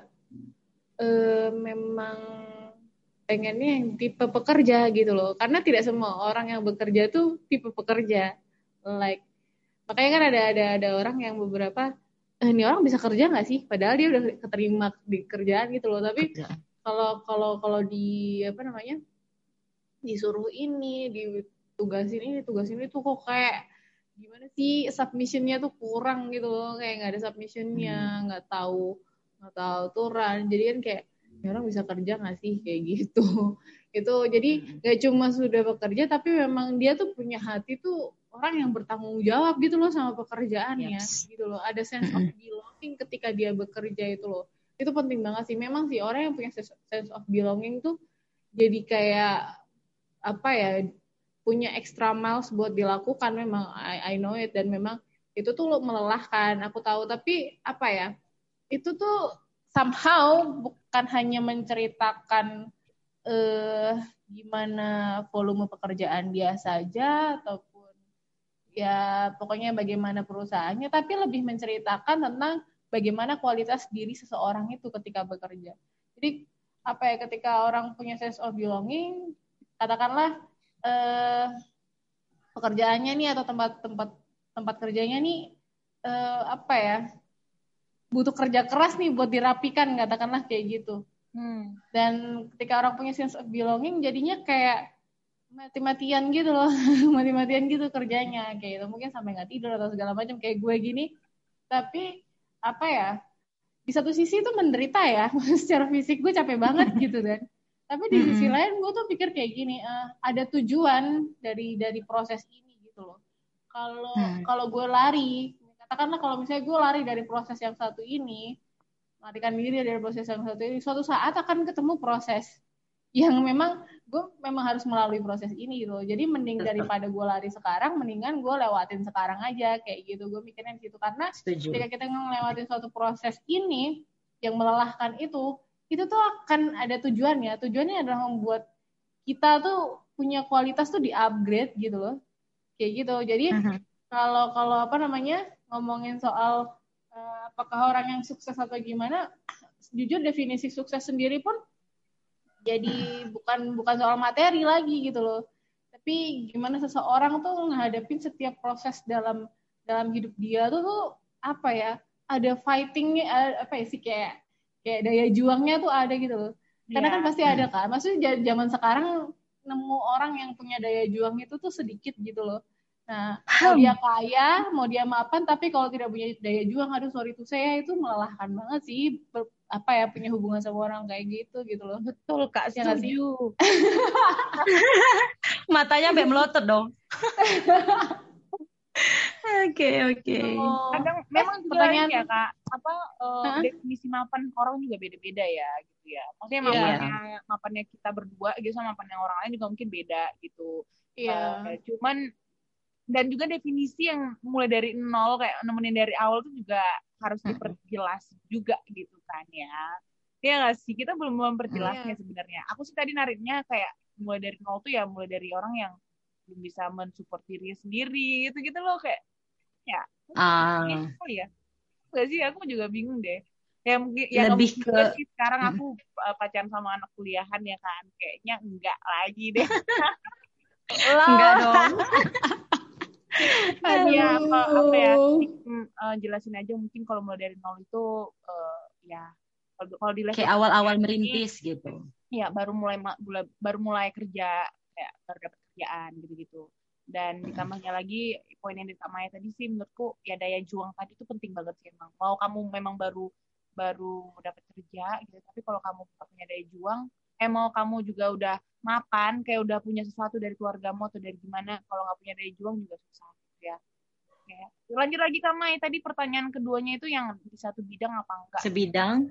Speaker 1: memang pengennya yang tipe pekerja gitu loh, karena tidak semua orang yang bekerja tuh tipe pekerja. Like makanya kan ada orang yang beberapa ini orang bisa kerja nggak sih, padahal dia udah keterima di kerjaan gitu loh, tapi kalau di apa namanya, disuruh ini, tugasin ini tuh kok kayak gimana sih, submissionnya tuh kurang gitu loh, kayak nggak ada submissionnya, nggak tahu aturan, jadi kan kayak ini orang bisa kerja nggak sih kayak gitu. Itu jadi nggak cuma sudah bekerja, tapi memang dia tuh punya hati tuh orang yang bertanggung jawab gitu loh sama pekerjaannya, gitu loh, ada sense of belonging ketika dia bekerja itu loh. Itu penting banget sih, memang sih orang yang punya sense of belonging tuh jadi kayak apa ya, punya extra miles buat dilakukan, memang I know it, dan memang itu tuh melelahkan, aku tahu, tapi apa ya, itu tuh somehow bukan hanya menceritakan gimana volume pekerjaan dia saja ataupun ya pokoknya bagaimana perusahaannya, tapi lebih menceritakan tentang bagaimana kualitas diri seseorang itu ketika bekerja. Jadi apa ya, ketika orang punya sense of belonging, katakanlah pekerjaannya nih atau tempat kerjanya nih apa ya, butuh kerja keras nih buat dirapikan, katakanlah kayak gitu. Dan ketika orang punya sense of belonging, jadinya kayak mati-matian gitu loh, mati-matian gitu kerjanya, kayak gitu, mungkin sampai nggak tidur atau segala macam kayak gue gini. Tapi apa ya, di satu sisi tuh menderita ya, secara fisik gue capek banget gitu kan. Tapi di sisi lain gue tuh pikir kayak gini, ada tujuan dari proses ini gitu loh. Kalau gue lari, katakanlah kalau misalnya gue lari dari proses yang satu ini, melarikan diri dari proses yang satu ini, suatu saat akan ketemu proses yang memang gue memang harus melalui proses ini gitu. Jadi mending daripada gue lari sekarang, mendingan gue lewatin sekarang aja kayak gitu. Gue mikirnya di situ, karena ketika kita ngelewatin suatu proses ini yang melelahkan itu tuh akan ada tujuannya. Tujuannya adalah membuat kita tuh punya kualitas tuh di-upgrade gitu loh. Kayak gitu. Jadi kalau apa namanya ngomongin soal apakah orang yang sukses atau gimana, jujur definisi sukses sendiri pun jadi bukan soal materi lagi gitu loh. Tapi gimana seseorang tuh menghadapin setiap proses dalam hidup dia tuh apa ya? Ada fightingnya, apa ya sih, kayak daya juangnya tuh ada gitu loh. Karena kan pasti ada kan. Maksudnya zaman sekarang nemu orang yang punya daya juang itu tuh sedikit gitu loh. Nah, mau dia kaya, mau dia mapan, tapi kalau tidak punya daya juang, aduh sorry to say, itu melelahkan banget sih. Punya hubungan sama orang kayak gitu loh.
Speaker 3: Betul Kak, setuju.
Speaker 2: Matanya sampai melotot dong. Oke.
Speaker 3: Kadang memang pertanyaan ya Kak, definisi mapan orang juga beda-beda ya gitu ya. Maksudnya mapannya kita berdua gitu sama mapannya orang lain juga mungkin beda gitu. Cuman dan juga definisi yang mulai dari nol kayak nemenin dari awal tuh juga harus diperjelas juga gitu kan ya. Ya nggak sih, kita belum memperjelasnya sebenarnya. Aku sih tadi nariknya kayak mulai dari nol tuh ya mulai dari orang yang belum bisa mensupport dirinya sendiri gitu loh, kayak ya kali ya. Nggak sih, aku juga bingung deh. Ya mungkin ya lebih ke sih, sekarang aku pacaran sama anak kuliahan ya kan, kayaknya enggak lagi deh.
Speaker 2: Enggak dong.
Speaker 3: Ya apa ya, jelasin aja mungkin kalau mulai dari nol itu ya kalau di
Speaker 2: kayak awal-awal merintis gitu.
Speaker 3: Ya baru mulai kerja, kayak baru dapat kerjaan gitu. Dan ditambahnya lagi poin yang ditambah Maya tadi sih menurutku ya daya juang tadi itu penting banget sih emang. Mau kamu memang baru dapat kerja gitu, tapi kalau kamu punya daya juang, mau kamu juga udah mapan, kayak udah punya sesuatu dari keluargamu atau dari gimana, kalau nggak punya daya juang juga susah gitu ya. Lanjut lagi Kak Mai, tadi pertanyaan keduanya itu yang di satu bidang apa enggak?
Speaker 2: Sebidang.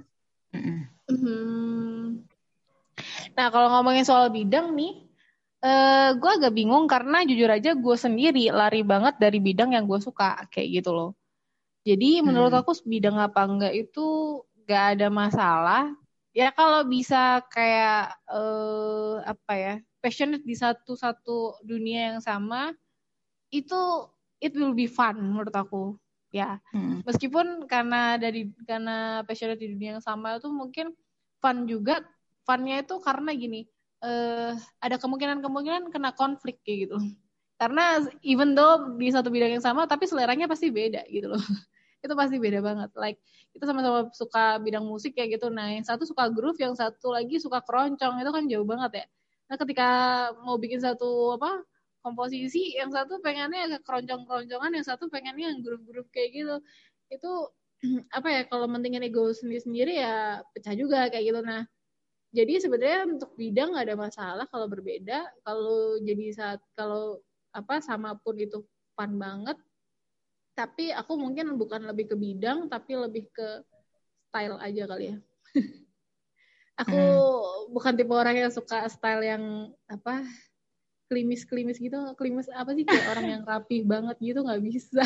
Speaker 1: Nah kalau ngomongin soal bidang nih, gue agak bingung karena jujur aja gue sendiri lari banget dari bidang yang gue suka kayak gitu loh. Jadi menurut aku bidang apa enggak itu gak ada masalah. Ya kalau bisa kayak passionate di satu dunia yang sama, itu it will be fun menurut aku. Ya, meskipun karena passionate di dunia yang sama itu mungkin fun juga. Funnya itu karena gini, ada kemungkinan kena konflik kayak gitu. Karena even though di satu bidang yang sama, tapi seleranya pasti beda gitu loh. Itu pasti beda banget. Like kita sama-sama suka bidang musik kayak gitu. Nah, yang satu suka groove, yang satu lagi suka keroncong. Itu kan jauh banget ya. Nah, ketika mau bikin satu komposisi, yang satu pengennya agak keroncong-keroncongan, yang satu pengennya yang groove-groove kayak gitu. Itu kalau mentingin ego sendiri-sendiri ya pecah juga kayak gitu. Nah, jadi sebenarnya untuk bidang nggak ada masalah kalau berbeda. Kalau sama pun itu fun banget. Tapi aku mungkin bukan lebih ke bidang, tapi lebih ke style aja kali ya. Aku bukan tipe orang yang suka style yang klimis gitu. Klimis apa sih, kayak orang yang rapih banget gitu, nggak bisa.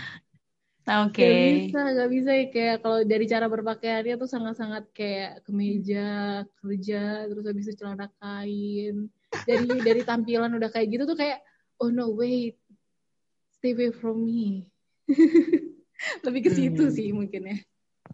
Speaker 2: Oke.
Speaker 1: Nggak bisa ya, kayak kalau dari cara berpakaiannya tuh sangat-sangat kayak kemeja kerja, terus habis itu celana kain. Dari tampilan udah kayak gitu tuh kayak, oh no wait, stay away from me. Lebih ke situ sih mungkin ya.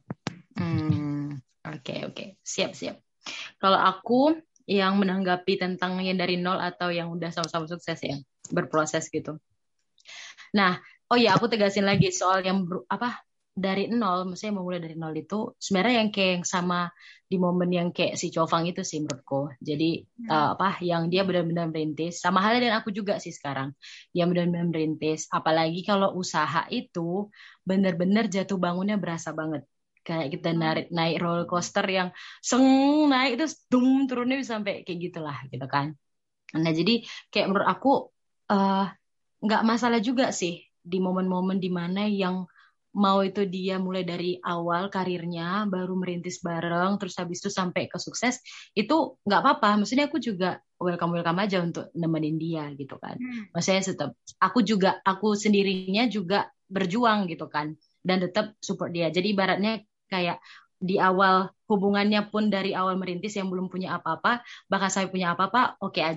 Speaker 2: Oke. Siap. Kalau aku yang menanggapi tentang yang dari nol atau yang udah sama-sama sukses ya, berproses gitu. Nah, aku tegasin lagi soal yang dari nol, maksudnya memulai dari nol itu sebenarnya yang kayak yang sama di momen yang kayak si Covang itu sih menurutku. Jadi yang dia benar-benar merintis, sama halnya dengan aku juga sih sekarang, yang benar-benar merintis. Apalagi kalau usaha itu benar-benar jatuh bangunnya berasa banget. Kayak kita naik roller coaster yang naik itu turunnya bisa sampai kayak gitulah gitu kan. Nah jadi kayak menurut aku nggak masalah juga sih di momen-momen dimana yang mau itu dia mulai dari awal karirnya baru merintis bareng terus habis itu sampai ke sukses, itu nggak apa-apa. Maksudnya aku juga welcome aja untuk nemenin dia gitu kan. Maksudnya tetap aku sendirinya juga berjuang gitu kan dan tetap support dia. Jadi ibaratnya kayak di awal hubungannya pun dari awal merintis yang belum punya apa-apa, bahkan saya punya apa-apa, oke aja.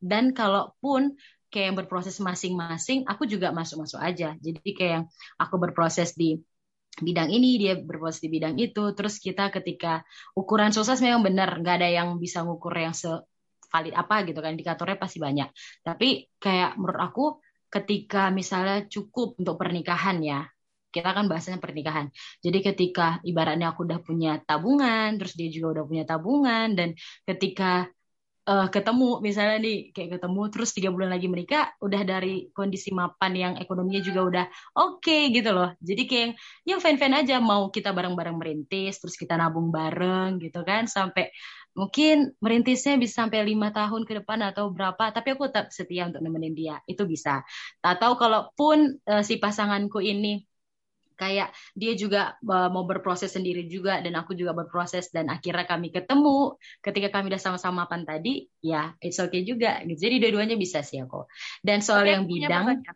Speaker 2: Dan kalaupun kayak yang berproses masing-masing, aku juga masuk-masuk aja. Jadi kayak yang aku berproses di bidang ini, dia berproses di bidang itu. Terus kita ketika ukuran sukses memang benar, nggak ada yang bisa ngukur yang valid apa gitu kan, indikatornya pasti banyak. Tapi kayak menurut aku ketika misalnya cukup untuk pernikahan ya, kita kan bahasanya pernikahan. Jadi ketika ibaratnya aku udah punya tabungan, terus dia juga udah punya tabungan, dan ketika ketemu misalnya nih kayak ketemu terus 3 bulan lagi menikah udah dari kondisi mapan yang ekonominya juga udah oke gitu loh, jadi kayak yang fan-fan aja, mau kita bareng-bareng merintis terus kita nabung bareng gitu kan sampai mungkin merintisnya bisa sampai 5 tahun ke depan atau berapa, tapi aku tetap setia untuk nemenin dia, itu bisa. Atau kalaupun si pasanganku ini kayak dia juga mau berproses sendiri juga dan aku juga berproses dan akhirnya kami ketemu ketika kami udah sama-sama mapan tadi, ya it's okay juga gitu. Jadi dua-duanya bisa sih aku. Dan soal
Speaker 3: Tapi
Speaker 2: yang
Speaker 3: aku punya
Speaker 2: bidang
Speaker 3: pertanyaan.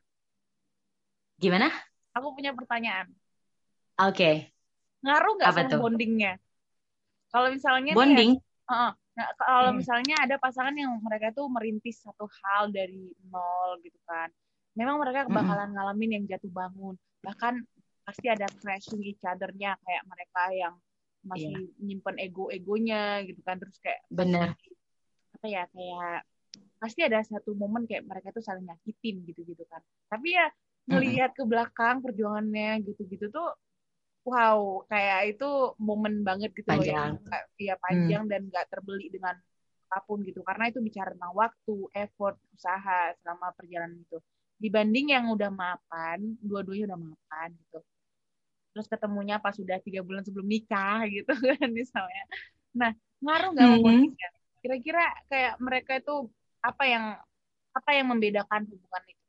Speaker 2: gimana?
Speaker 3: Aku punya pertanyaan.
Speaker 2: Oke.
Speaker 3: Ngaruh nggak
Speaker 2: Apa
Speaker 3: sama
Speaker 2: tuh?
Speaker 3: bondingnya? Kalau misalnya nih ya,
Speaker 2: Bonding.
Speaker 3: nah, kalau misalnya ada pasangan yang mereka tuh merintis satu hal dari nol gitu kan, memang mereka bakalan ngalamin yang jatuh bangun, bahkan pasti ada crashing each other-nya, kayak mereka yang masih nyimpen ego-egonya gitu kan, terus kayak
Speaker 2: Bener.
Speaker 3: apa ya, kayak pasti ada satu momen kayak mereka tuh saling nyakitin gitu-gitu kan. Tapi ya ngelihat ke belakang perjuangannya gitu-gitu tuh, wow, kayak itu momen banget gitu loh, yang
Speaker 2: Panjang.
Speaker 3: ya panjang dan nggak terbeli dengan apapun gitu. Karena itu bicara tentang waktu, effort, usaha selama perjalanan itu. Dibanding yang udah mapan, dua-duanya udah mapan gitu. Terus ketemunya pas sudah 3 bulan sebelum nikah gitu kan misalnya. Nah, ngaruh nggak sama bondingnya? Kira-kira kayak mereka itu apa yang membedakan hubungan itu?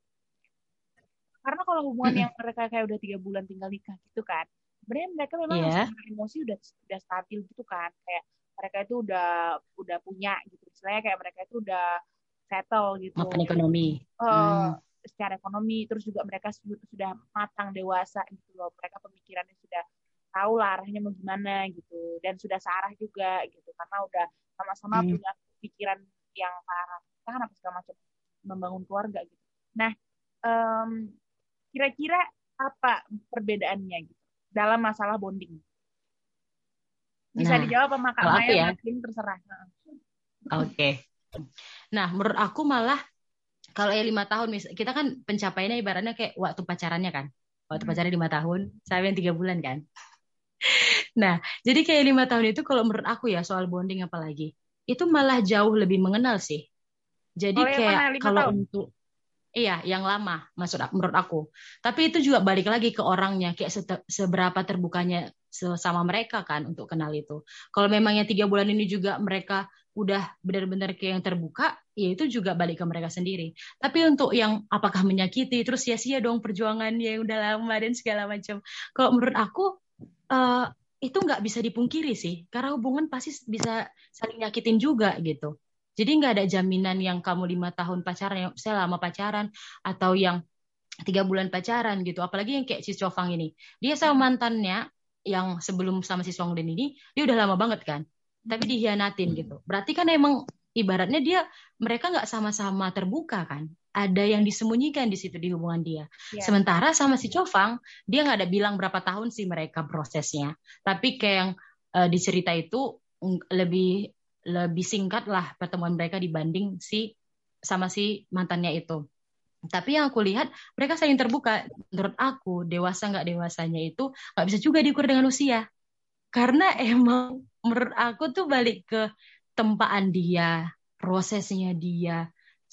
Speaker 3: Karena kalau hubungan yang mereka kayak udah 3 bulan tinggal nikah gitu kan, sebenarnya mereka memang secara emosi udah stabil gitu kan, kayak mereka itu udah punya gitu, istilahnya kayak mereka itu udah settle gitu,
Speaker 2: Mapan ekonomi.
Speaker 3: secara ekonomi, terus juga mereka sudah matang dewasa gitu loh, mereka pemikirannya sudah tahu lah arahnya mau gimana gitu, dan sudah searah juga gitu, karena udah sama-sama punya pikiran yang ke arah kan apa segala macam membangun keluarga gitu. Nah, kira-kira apa perbedaannya gitu dalam masalah bonding? Bisa dijawab sama Kak Maya, Makin terserah.
Speaker 2: Oke. Nah, menurut aku malah kalau 5 tahun, kita kan pencapaiannya ibaratnya kayak waktu pacarannya kan. Waktu pacaran 5 tahun, sampai 3 bulan kan. Nah, jadi kayak 5 tahun itu kalau menurut aku ya soal bonding apalagi, itu malah jauh lebih mengenal sih. Jadi kayak kalau untuk iya, yang lama, menurut aku. Tapi itu juga balik lagi ke orangnya, kayak seberapa terbukanya sama mereka kan untuk kenal itu. Kalau memangnya 3 bulan ini juga mereka udah benar-benar kayak yang terbuka, ya itu juga balik ke mereka sendiri. Tapi untuk yang apakah menyakiti, terus sia-sia dong perjuangannya yang udah lama dan segala macam. Kalau menurut aku, itu nggak bisa dipungkiri sih, karena hubungan pasti bisa saling nyakitin juga gitu. Jadi nggak ada jaminan yang kamu 5 tahun pacaran, yang saya lama pacaran, atau yang 3 bulan pacaran gitu. Apalagi yang kayak si Chofang ini, dia sama mantannya yang sebelum sama si Songden ini, dia udah lama banget kan, tapi dihianatin gitu. Berarti kan emang ibaratnya mereka nggak sama-sama terbuka kan. Ada yang disembunyikan di situ di hubungan dia. Sementara sama si Chofang, dia nggak ada bilang berapa tahun sih mereka prosesnya. Tapi kayak yang di cerita itu lebih singkat lah pertemuan mereka dibanding sama si mantannya itu. Tapi yang aku lihat mereka saling terbuka. Menurut aku dewasa nggak dewasanya itu nggak bisa juga diukur dengan usia. Karena emang menurut aku tuh balik ke tempaan dia, prosesnya dia,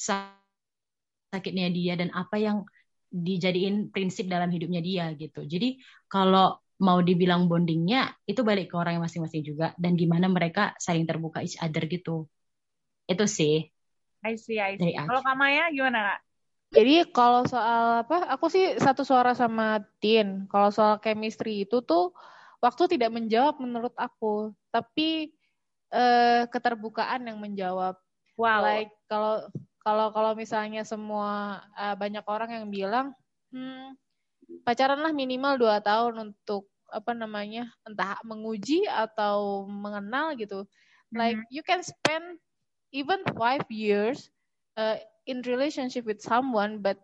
Speaker 2: sakitnya dia, dan apa yang dijadiin prinsip dalam hidupnya dia gitu. Jadi kalau mau dibilang bondingnya itu balik ke orang yang masing-masing juga, dan gimana mereka saling terbuka each other gitu. Itu sih.
Speaker 3: I see. Kalau Kak Maya gimana Kak?
Speaker 1: Jadi kalau soal aku sih satu suara sama Tin. Kalau soal chemistry itu tuh waktu tidak menjawab menurut aku, tapi keterbukaan yang menjawab.
Speaker 3: Wow.
Speaker 1: Like kalau misalnya semua banyak orang yang bilang pacaranlah minimal 2 tahun untuk entah menguji atau mengenal gitu. Like you can spend even 5 years in relationship with someone, but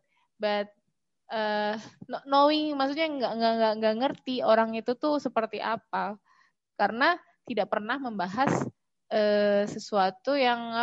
Speaker 1: knowing, maksudnya nggak ngerti orang itu tuh seperti apa, karena tidak pernah membahas sesuatu yang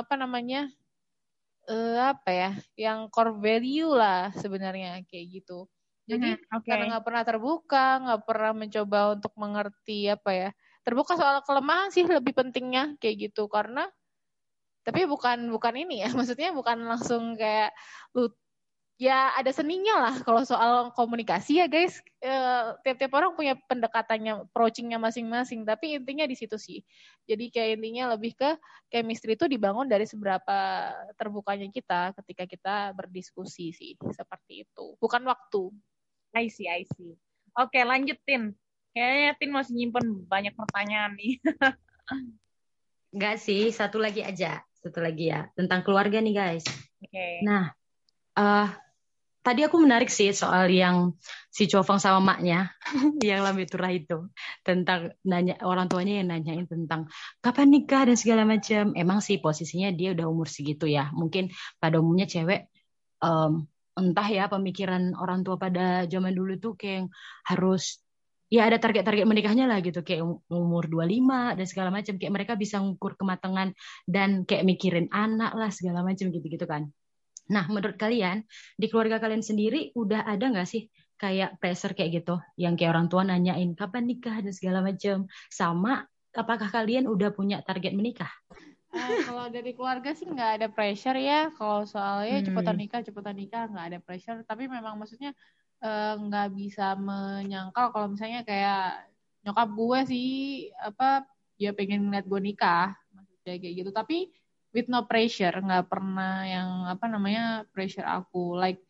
Speaker 1: yang core value lah sebenarnya kayak gitu. Jadi karena nggak pernah terbuka, nggak pernah mencoba untuk mengerti terbuka soal kelemahan sih lebih pentingnya kayak gitu. Karena tapi bukan ini ya, maksudnya bukan langsung kayak lu ya ada seninya lah kalau soal komunikasi ya guys. Tiap-tiap orang punya pendekatannya, approaching-nya masing-masing, tapi intinya di situ sih. Jadi kayak intinya lebih ke chemistry itu dibangun dari seberapa terbukanya kita ketika kita berdiskusi sih, seperti itu. Bukan waktu.
Speaker 3: I see. Oke, lanjutin. Kayaknya Tin masih nyimpen banyak pertanyaan nih.
Speaker 2: Enggak sih, satu lagi ya, tentang keluarga nih guys.
Speaker 3: Oke.
Speaker 2: Nah, tadi aku menarik sih soal yang si Covang sama maknya yang Lambe Turah itu, tentang nanya orang tuanya yang nanyain tentang kapan nikah dan segala macam. Emang sih posisinya dia udah umur segitu ya. Mungkin pada umumnya cewek entah ya pemikiran orang tua pada zaman dulu tuh kayak harus ya ada target-target menikahnya lah gitu, kayak umur 25 dan segala macam, kayak mereka bisa ngukur kematangan dan kayak mikirin anak lah segala macam gitu-gitu kan. Nah, menurut kalian di keluarga kalian sendiri udah ada nggak sih kayak pressure kayak gitu, yang kayak orang tua nanyain kapan nikah dan segala macam, sama apakah kalian udah punya target menikah?
Speaker 1: Kalau dari keluarga sih nggak ada pressure ya. Kalau soalnya cepetan nikah nggak ada pressure. Tapi memang maksudnya nggak bisa menyangkal kalau misalnya kayak nyokap gue sih dia pengen ngeliat gue nikah, maksudnya kayak gitu. Tapi with no pressure, nggak pernah yang pressure aku. Like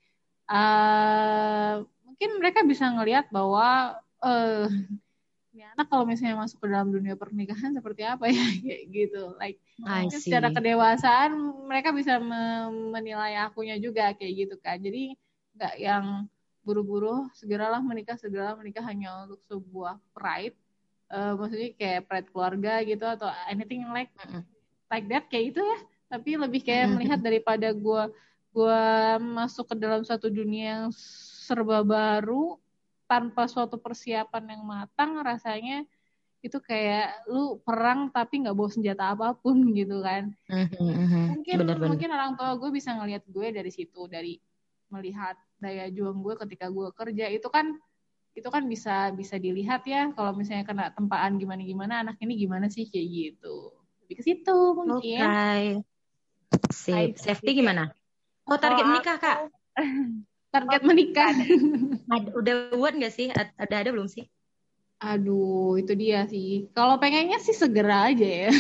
Speaker 1: mungkin mereka bisa ngelihat bahwa ini anak kalau misalnya masuk ke dalam dunia pernikahan seperti apa ya kayak gitu. Like secara kedewasaan mereka bisa menilai akunya juga kayak gitu kan. Jadi nggak yang buru-buru segeralah menikah hanya untuk sebuah pride. Maksudnya kayak pride keluarga gitu atau anything like that kayak gitu ya. Tapi lebih kayak melihat daripada gue masuk ke dalam satu dunia yang serba baru tanpa suatu persiapan yang matang, rasanya itu kayak lu perang tapi nggak bawa senjata apapun gitu kan. Mungkin orang tua gue bisa ngelihat gue dari situ, dari melihat daya juang gue ketika gue kerja itu kan bisa dilihat ya, kalau misalnya kena tempaan gimana anak ini gimana sih kayak gitu. Lebih ke situ mungkin.
Speaker 2: Sip. Safety gimana? Oh, target menikah Kak.
Speaker 1: Target menikah.
Speaker 2: Udah buat nggak sih? Ada belum sih?
Speaker 1: Aduh, itu dia sih. Kalau pengennya sih segera aja ya.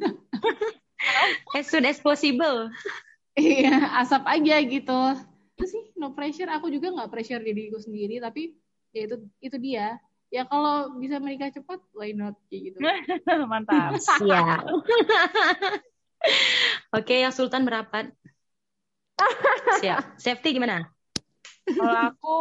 Speaker 2: As soon as possible.
Speaker 1: Iya, asap aja gitu. Itu sih no pressure. Aku juga nggak pressure diriku sendiri, tapi ya itu dia. Ya kalau bisa menikah cepat, why not kayak gitu.
Speaker 3: Mantap.
Speaker 2: Siap. Oke, yang Sultan merapat. Siap. Safety gimana?
Speaker 3: Kalau aku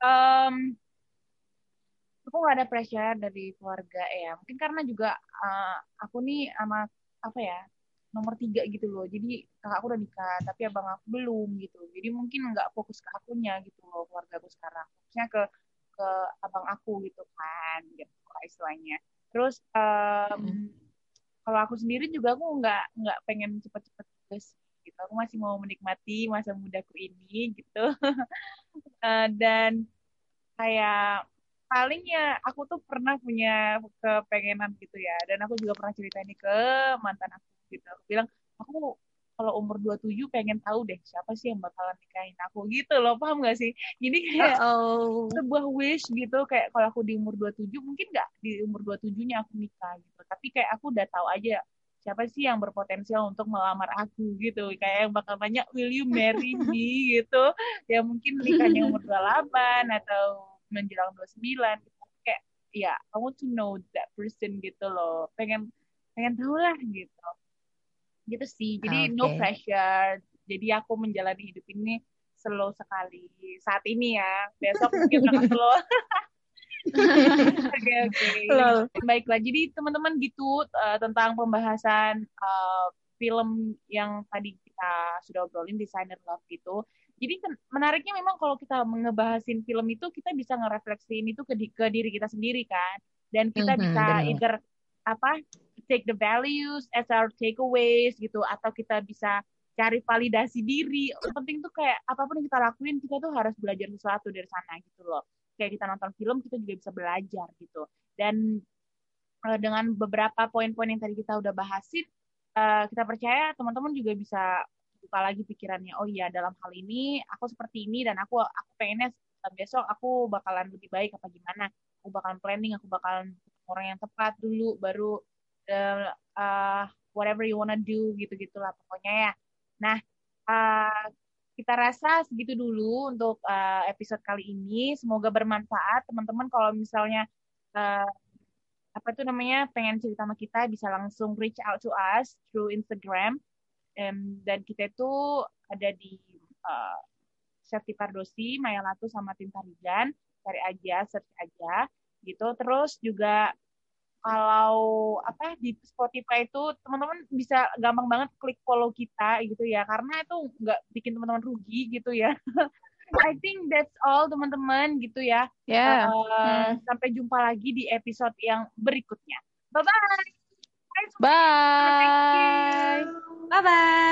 Speaker 3: nggak ada pressure dari keluarga ya. Mungkin karena juga aku nih anak nomor 3 gitu loh. Jadi kakakku udah nikah, tapi abang aku belum gitu. Jadi mungkin nggak fokus ke akunya gitu loh, keluarga aku sekarang. Fokusnya ke abang aku gitu kan, gitu istilahnya. Terus kalau aku sendiri juga aku nggak pengen cepet-cepet gitu. Aku masih mau menikmati masa mudaku ini gitu. Dan kayak paling ya aku tuh pernah punya kepengenan gitu ya, dan aku juga pernah cerita ini ke mantan aku gitu. Aku bilang aku kalau umur 27 pengen tahu deh siapa sih yang bakalan nikahin aku gitu loh, paham gak sih? Jadi kayak sebuah wish gitu, kayak kalau aku di umur 27 mungkin gak di umur 27-nya aku nikah gitu, tapi kayak aku udah tahu aja siapa sih yang berpotensial untuk melamar aku gitu, kayak yang bakal nanya will you marry me gitu, ya mungkin nikahnya umur 28 atau menjelang 29 gitu. Kayak ya I want to know that person gitu loh, pengen tahu lah gitu sih. Jadi no pressure, jadi aku menjalani hidup ini slow sekali saat ini ya, besok mungkin akan slow. Oke. Baiklah, jadi teman-teman gitu tentang pembahasan film yang tadi kita sudah obrolin, Designer Love gitu. Jadi menariknya memang kalau kita ngebahasin film itu, kita bisa ngerefleksiin itu ke diri kita sendiri kan. Dan kita bisa either take the values as our takeaways gitu, atau kita bisa cari validasi diri. Yang penting tuh kayak apapun yang kita lakuin, kita tuh harus belajar sesuatu dari sana gitu loh. Kayak kita nonton film, kita juga bisa belajar gitu. Dan dengan beberapa poin-poin yang tadi kita udah bahasin, kita percaya teman-teman juga bisa buka lagi pikirannya. Oh iya, dalam hal ini aku seperti ini, dan aku pengennya besok aku bakalan lebih baik apa gimana. Aku bakalan planning, aku bakalan orang yang tepat dulu, baru whatever you wanna do gitu-gitulah pokoknya ya. Nah, kita rasa segitu dulu untuk episode kali ini. Semoga bermanfaat teman-teman. Kalau misalnya pengen cerita sama kita, bisa langsung reach out to us through Instagram. Dan kita itu ada di Septi Pardosi, Maya Latu sama Tim Tarigan. Cari aja, search aja gitu. Terus juga kalau di Spotify itu teman-teman bisa gampang banget klik follow kita gitu ya, karena itu nggak bikin teman-teman rugi gitu ya. I think that's all teman-teman gitu ya. Sampai jumpa lagi di episode yang berikutnya. Bye-bye.
Speaker 1: Bye.
Speaker 2: Bye-bye.